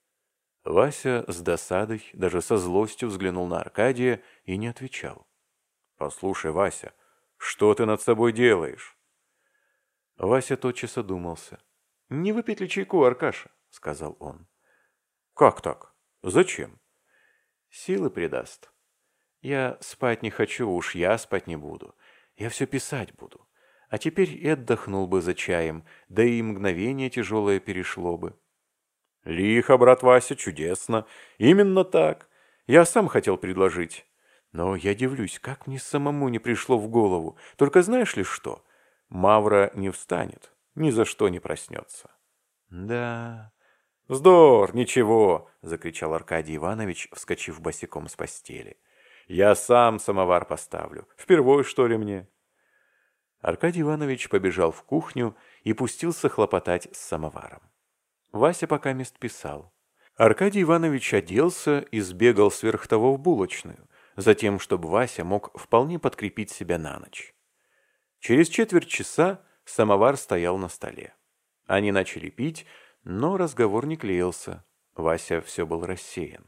Вася с досадой, даже со злостью взглянул на Аркадия и не отвечал. «Послушай, Вася, что ты над собой делаешь?» Вася тотчас одумался. «Не выпить ли чайку, Аркаша?» — сказал он. «Как так? Зачем?» «Силы придаст. Я спать не хочу, уж я спать не буду. Я все писать буду. А теперь и отдохнул бы за чаем, да и мгновение тяжелое перешло бы». «Лихо, брат Вася, чудесно. Именно так. Я сам хотел предложить. Но я дивлюсь, как мне самому не пришло в голову. Только знаешь ли что? Мавра не встанет, ни за что не проснется». «Да...» «Вздор, ничего!» — закричал Аркадий Иванович, вскочив босиком с постели. «Я сам самовар поставлю. Впервой, что ли, мне?» Аркадий Иванович побежал в кухню и пустился хлопотать с самоваром. Вася покамест писал. Аркадий Иванович оделся и сбегал сверх того в булочную, затем, чтобы Вася мог вполне подкрепить себя на ночь. Через четверть часа самовар стоял на столе. Они начали пить, но разговор не клеился. Вася все был рассеян.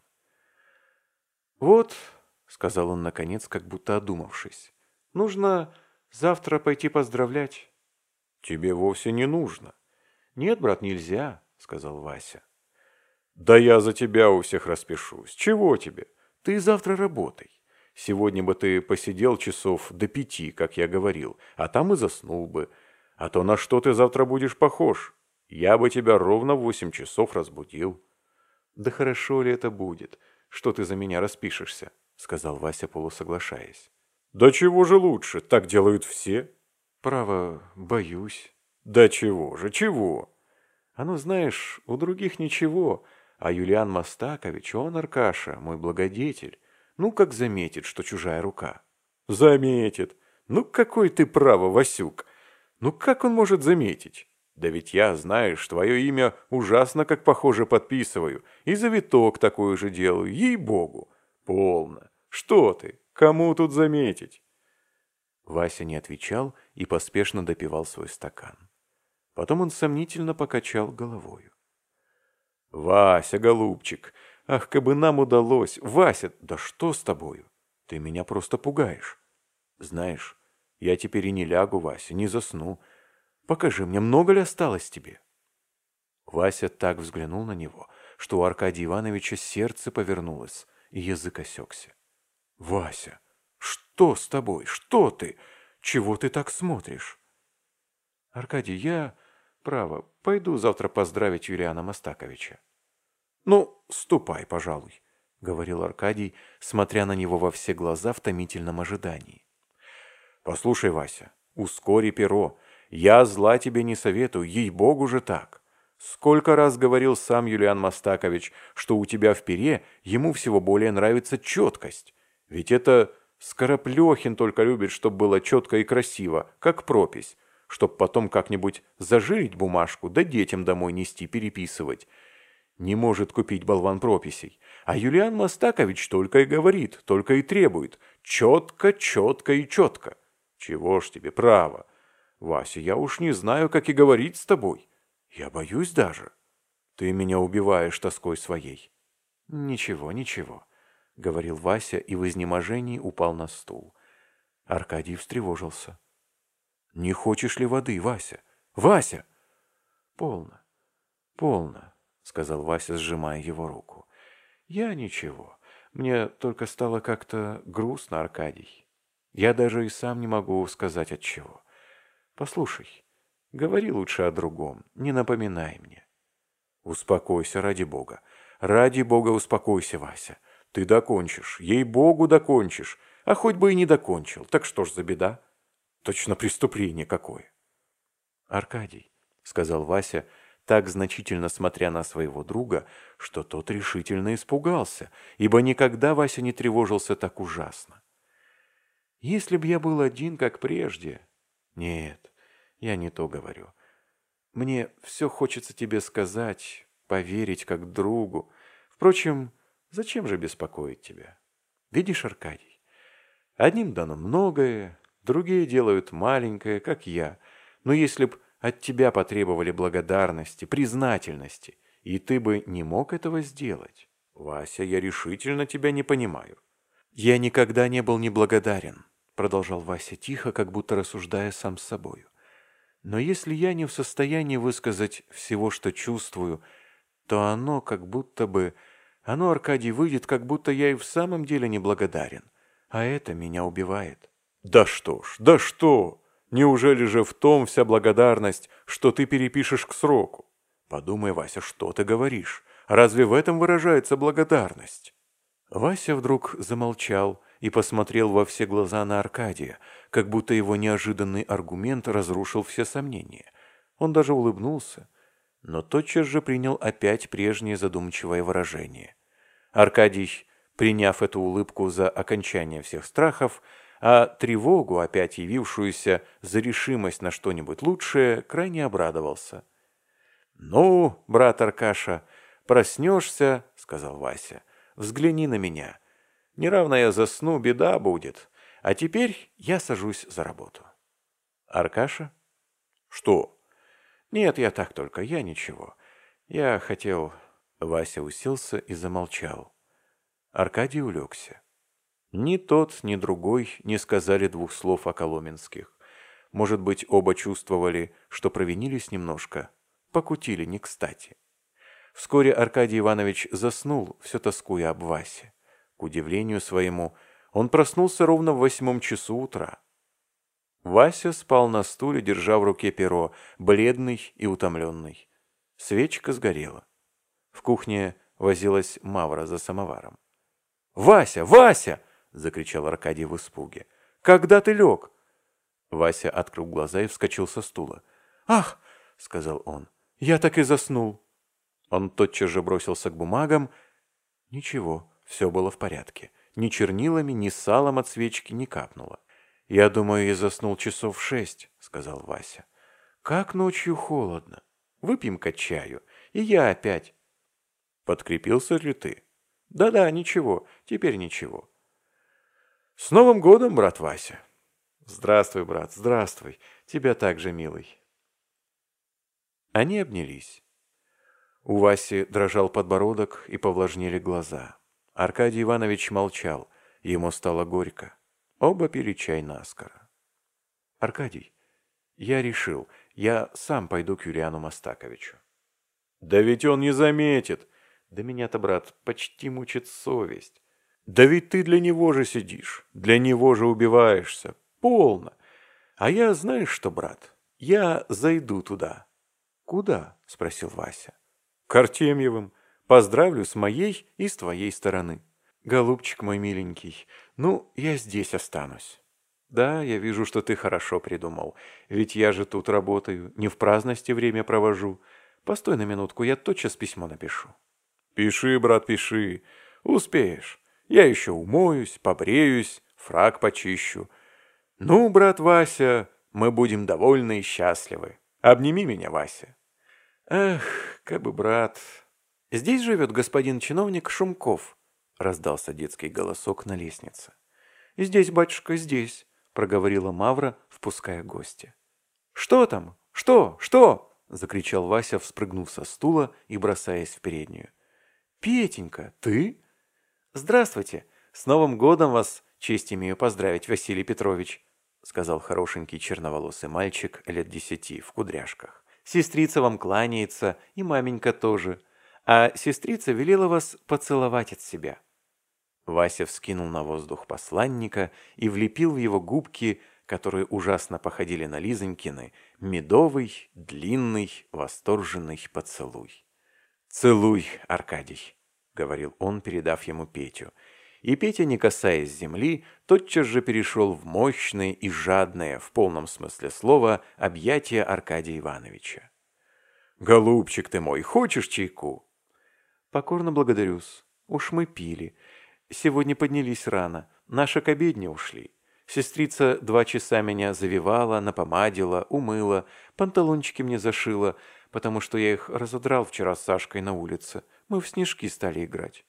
«Вот», — сказал он наконец, как будто одумавшись, — «нужно завтра пойти поздравлять». «Тебе вовсе не нужно». «Нет, брат, нельзя», — сказал Вася. «Да я за тебя у всех распишусь. Чего тебе? Ты завтра работай. Сегодня бы ты посидел часов до 5, как я говорил, а там и заснул бы. А то на что ты завтра будешь похож? Я бы тебя ровно в 8 часов разбудил». «Да хорошо ли это будет, что ты за меня распишешься?» — сказал Вася, полусоглашаясь. «Да чего же лучше? Так делают все». «Право, боюсь». «Да чего же, чего?» «А ну, знаешь, у других ничего, а Юлиан Мастакович, он, Аркаша, мой благодетель, ну, как заметит, что чужая рука». «Заметит. Ну, какой ты право, Васюк. Ну, как он может заметить? Да ведь я, знаешь, твое имя ужасно как похоже подписываю, и завиток такой же делаю, ей-богу. Полно. Что ты? Кому тут заметить?» Вася не отвечал и поспешно допивал свой стакан. Потом он сомнительно покачал головою. «Вася, голубчик, ах, кабы нам удалось! Вася, да что с тобою? Ты меня просто пугаешь. Знаешь, я теперь и не лягу, Вася, не засну. Покажи мне, много ли осталось тебе?» Вася так взглянул на него, что у Аркадия Ивановича сердце повернулось, и язык осекся. «Вася, что с тобой? Что ты? Чего ты так смотришь?» «Аркадий, я, право, пойду завтра поздравить Юлиана Мастаковича». «Ну, ступай, пожалуй», — говорил Аркадий, смотря на него во все глаза в томительном ожидании. «Послушай, Вася, ускори перо. Я зла тебе не советую, ей-богу же так. Сколько раз говорил сам Юлиан Мастакович, что у тебя в пере ему всего более нравится четкость. Ведь это Скороплехин только любит, чтобы было четко и красиво, как пропись, чтоб потом как-нибудь зажилить бумажку, да детям домой нести, переписывать. Не может купить болван прописей. А Юлиан Мастакович только и говорит, только и требует. Четко, четко и четко. Чего ж тебе, право? Вася, я уж не знаю, как и говорить с тобой. Я боюсь даже. Ты меня убиваешь тоской своей». «Ничего, ничего», — говорил Вася и в изнеможении упал на стул. Аркадий встревожился. «Не хочешь ли воды, Вася? Вася!» «Полно, полно», — сказал Вася, сжимая его руку. «Я ничего. Мне только стало как-то грустно, Аркадий. Я даже и сам не могу сказать отчего. Послушай, говори лучше о другом, не напоминай мне». «Успокойся, ради бога. Ради бога, успокойся, Вася. Ты докончишь, ей-богу, докончишь. А хоть бы и не докончил, так что ж за беда? Точно преступление какое». «Аркадий», — сказал Вася, так значительно смотря на своего друга, что тот решительно испугался, ибо никогда Вася не тревожился так ужасно. «Если б я был один, как прежде...» «Нет, я не то говорю. Мне все хочется тебе сказать, поверить как другу. Впрочем, зачем же беспокоить тебя? Видишь, Аркадий, одним дано многое, другие делают маленькое, как я. Но если б от тебя потребовали благодарности, признательности, и ты бы не мог этого сделать. Вася, я решительно тебя не понимаю». «Я никогда не был неблагодарен», — продолжал Вася тихо, как будто рассуждая сам с собою. «Но если я не в состоянии высказать всего, что чувствую, то оно как будто бы... Оно, Аркадий, выйдет, как будто я и в самом деле неблагодарен. А это меня убивает». «Да что ж, да что! Неужели же в том вся благодарность, что ты перепишешь к сроку? Подумай, Вася, что ты говоришь? Разве в этом выражается благодарность?» Вася вдруг замолчал и посмотрел во все глаза на Аркадия, как будто его неожиданный аргумент разрушил все сомнения. Он даже улыбнулся, но тотчас же принял опять прежнее задумчивое выражение. Аркадий, приняв эту улыбку за окончание всех страхов, а тревогу, опять явившуюся за решимость на что-нибудь лучшее, крайне обрадовался. «Ну, брат Аркаша, проснешься, — сказал Вася, — взгляни на меня. Неравно я засну, беда будет. А теперь я сажусь за работу». «Аркаша?» «Что?» «Нет, я так только, я ничего. Я хотел...» Вася уселся и замолчал. Аркадий улегся. Ни тот, ни другой не сказали двух слов о Коломенских. Может быть, оба чувствовали, что провинились немножко, покутили не кстати. Вскоре Аркадий Иванович заснул, все тоскуя об Васе. К удивлению своему, он проснулся ровно в 8 часу утра. Вася спал на стуле, держа в руке перо, бледный и утомленный. Свечка сгорела. В кухне возилась Мавра за самоваром. «Вася! Вася!» — закричал Аркадий в испуге. «Когда ты лег?» Вася открыл глаза и вскочил со стула. «Ах!» — сказал он. «Я так и заснул». Он тотчас же бросился к бумагам. Ничего, все было в порядке. Ни чернилами, ни салом от свечки не капнуло. «Я думаю, я заснул часов в 6, — сказал Вася. «Как ночью холодно. Выпьем-ка чаю, и я опять». «Подкрепился ли ты?» «Да-да, ничего, теперь ничего». «С Новым годом, брат Вася!» Здравствуй, брат, здравствуй. Тебя также, милый. Они обнялись. У Васи дрожал подбородок и повлажнели глаза. Аркадий Иванович молчал, ему стало горько. Оба пили чай наскоро. «Аркадий, я решил, я сам пойду к Юлиану Мастаковичу». «Да ведь он не заметит!» «Да меня-то, брат, почти мучит совесть». «Да ведь ты для него же сидишь, для него же убиваешься. Полно. А я, знаешь что, брат, я зайду туда». «Куда?» — спросил Вася. «К Артемьевым. Поздравлю с моей и с твоей стороны». «Голубчик мой миленький, ну, я здесь останусь». «Да, я вижу, что ты хорошо придумал. Ведь я же тут работаю, не в праздности время провожу. Постой на минутку, я тотчас письмо напишу». «Пиши, брат, пиши. Успеешь. Я еще умоюсь, побреюсь, фрак почищу. Ну, брат Вася, мы будем довольны и счастливы. Обними меня, Вася». «Эх, как бы, брат...» «Здесь живет господин чиновник Шумков», — раздался детский голосок на лестнице. «Здесь, батюшка, здесь», — проговорила Мавра, впуская гостя. «Что там? Что?» — закричал Вася, вспрыгнув со стула и бросаясь в переднюю. «Петенька, ты?» «Здравствуйте! С Новым годом вас честь имею поздравить, Василий Петрович», — сказал хорошенький черноволосый мальчик лет 10 в кудряшках. «Сестрица вам кланяется, и маменька тоже. А сестрица велела вас поцеловать от себя». Вася вскинул на воздух посланника и влепил в его губки, которые ужасно походили на Лизонькины, медовый, длинный, восторженный поцелуй. «Целуй, Аркадий», — говорил он, передав ему Петю. И Петя, не касаясь земли, тотчас же перешел в мощное и жадное, в полном смысле слова, объятие Аркадия Ивановича. «Голубчик ты мой, хочешь чайку?» «Покорно благодарю-с. Уж мы пили. Сегодня поднялись рано. Наши к обедне ушли. Сестрица 2 часа меня завивала, напомадила, умыла, панталончики мне зашила, потому что я их разодрал вчера с Сашкой на улице. Мы в снежки стали играть».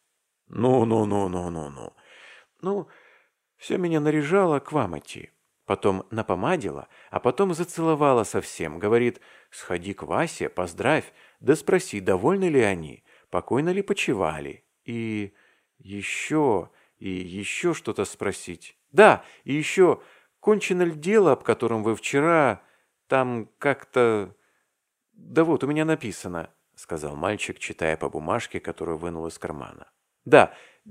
«Ну. Ну, все меня наряжало к вам идти. Потом напомадила, а потом зацеловала совсем. Говорит, сходи к Васе, поздравь, да спроси, довольны ли они, покойно ли почивали. И еще что-то спросить. Да, и еще, кончено ли дело, об котором вы вчера, там как-то... Да вот, у меня написано», — сказал мальчик, читая по бумажке, которую вынул из кармана. «Да,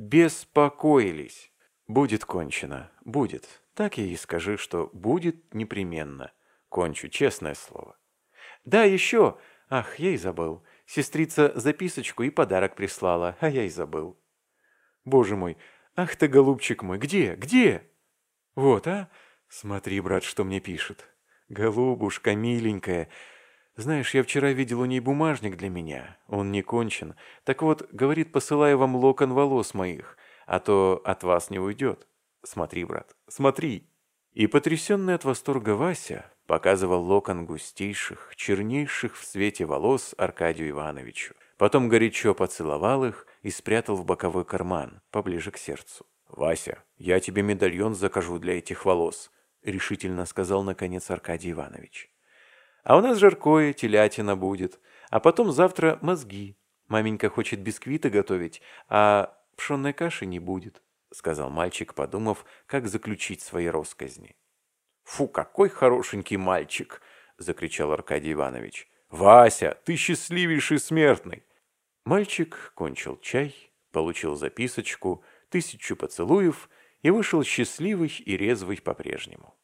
беспокоились. Будет кончено, будет. Так ей и скажи, что будет непременно. Кончу, честное слово». «Да, еще. Ах, я и забыл. Сестрица записочку и подарок прислала, а я и забыл». «Боже мой, ах ты, голубчик мой, где? Вот, а? Смотри, брат, что мне пишет. Голубушка, миленькая. Знаешь, я вчера видел у ней бумажник для меня. Он не кончен. Так вот, говорит, посылаю вам локон волос моих, а то от вас не уйдет. Смотри, брат, смотри». И потрясенный от восторга Вася показывал локон густейших, чернейших в свете волос Аркадию Ивановичу. Потом горячо поцеловал их и спрятал в боковой карман, поближе к сердцу. «Вася, я тебе медальон закажу для этих волос», — решительно сказал наконец Аркадий Иванович. «А у нас жаркое, телятина будет, а потом завтра мозги. Маменька хочет бисквиты готовить, а пшенной каши не будет», — сказал мальчик, подумав, как заключить свои россказни. «Фу, какой хорошенький мальчик!» — закричал Аркадий Иванович. «Вася, ты счастливейший смертный!» Мальчик кончил чай, получил записочку, 1000 поцелуев и вышел счастливый и резвый по-прежнему.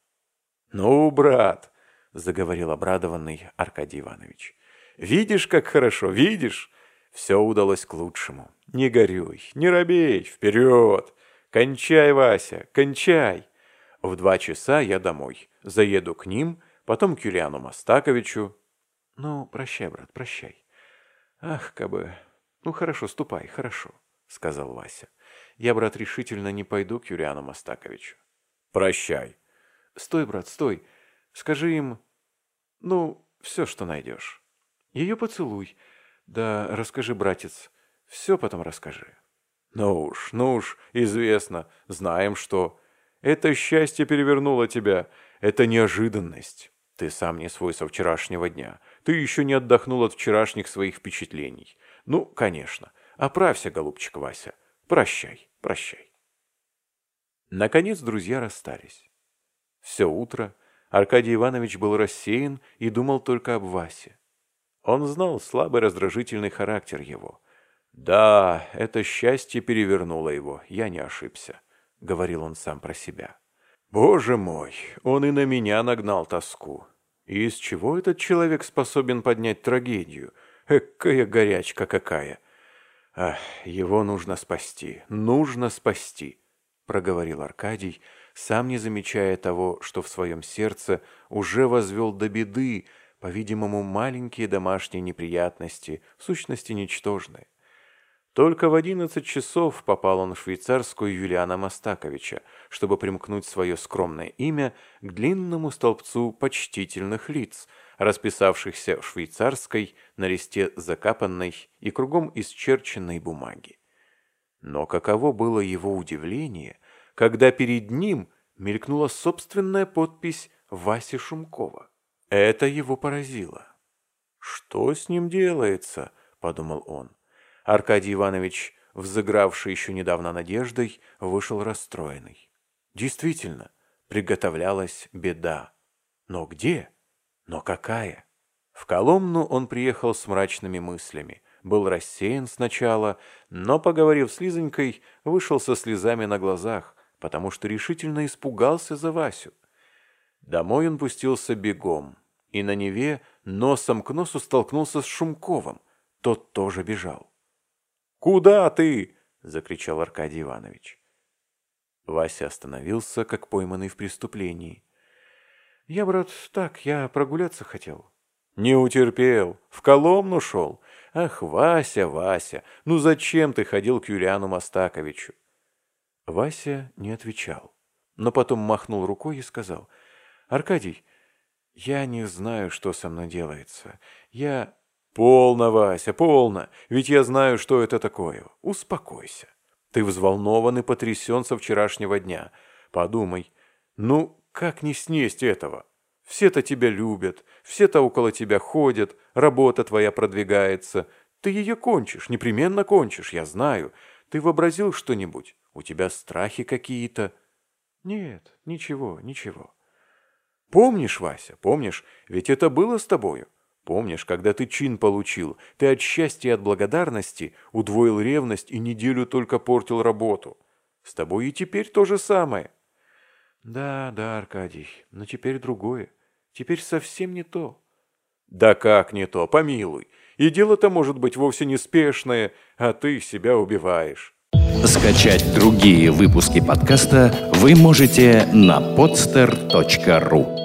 «Ну, брат!» — заговорил обрадованный Аркадий Иванович. «Видишь, как хорошо, видишь? Все удалось к лучшему. Не горюй, не робей, вперед! Кончай, Вася, кончай! В 2 часа я домой, заеду к ним, потом к Юлиану Мастаковичу». «Ну, прощай, брат, прощай. Ах, кабы... Ну, хорошо, ступай, хорошо», — сказал Вася. «Я, брат, решительно не пойду к Юлиану Мастаковичу». «Прощай». «Стой, брат, стой. Скажи им, ну, все, что найдешь. Ее поцелуй. Да расскажи, братец, все потом расскажи». Ну уж, известно, знаем что. Это счастье перевернуло тебя. Это неожиданность. Ты сам не свой со вчерашнего дня. Ты еще не отдохнул от вчерашних своих впечатлений. Ну, конечно. Оправься, голубчик Вася. Прощай, прощай. Наконец друзья расстались. Все утро Аркадий Иванович был рассеян и думал только об Васе. Он знал слабый раздражительный характер его. «Да, это счастье перевернуло его, я не ошибся», — говорил он сам про себя. «Боже мой, он и на меня нагнал тоску. И из чего этот человек способен поднять трагедию? Экая горячка какая! Ах, его нужно спасти, проговорил Аркадий, сам не замечая того, что в своем сердце уже возвел до беды, по-видимому, маленькие домашние неприятности, в сущности ничтожные. Только в 11 часов попал он в швейцарскую Юлиана Мастаковича, чтобы примкнуть свое скромное имя к длинному столбцу почтительных лиц, расписавшихся в швейцарской на листе закапанной и кругом исчерченной бумаги. Но каково было его удивление, когда перед ним мелькнула собственная подпись Васи Шумкова. Это его поразило. «Что с ним делается?» – подумал он. Аркадий Иванович, взыгравший еще недавно надеждой, вышел расстроенный. Действительно, приготовлялась беда. Но где? Но какая? В Коломну он приехал с мрачными мыслями, был рассеян сначала, но, поговорив с Лизонькой, вышел со слезами на глазах, потому что решительно испугался за Васю. Домой он пустился бегом, и на Неве носом к носу столкнулся с Шумковым. Тот тоже бежал. «Куда ты?» – закричал Аркадий Иванович. Вася остановился, как пойманный в преступлении. «Я, брат, так, я прогуляться хотел». «Не утерпел, в Коломну шел. Ах, Вася, Вася, ну зачем ты ходил к Юлиану Мастаковичу?» Вася не отвечал, но потом махнул рукой и сказал: «Аркадий, я не знаю, что со мной делается. Я...» «Полно, Вася, полно, ведь я знаю, что это такое. Успокойся. Ты взволнован и потрясен со вчерашнего дня. Подумай, ну, как не снесть этого? Все-то тебя любят, все-то около тебя ходят, работа твоя продвигается. Ты ее кончишь, непременно кончишь, я знаю. Ты вообразил что-нибудь? У тебя страхи какие-то?» «Нет, ничего, ничего». «Помнишь, Вася, помнишь, ведь это было с тобою? Помнишь, когда ты чин получил, ты от счастья и от благодарности удвоил ревность и неделю только портил работу. С тобой и теперь то же самое». «Да, да, Аркадий, но теперь другое. Теперь совсем не то». «Да как не то, помилуй. И дело-то может быть вовсе не спешное, а ты себя убиваешь». Скачать другие выпуски подкаста вы можете на podster.ru.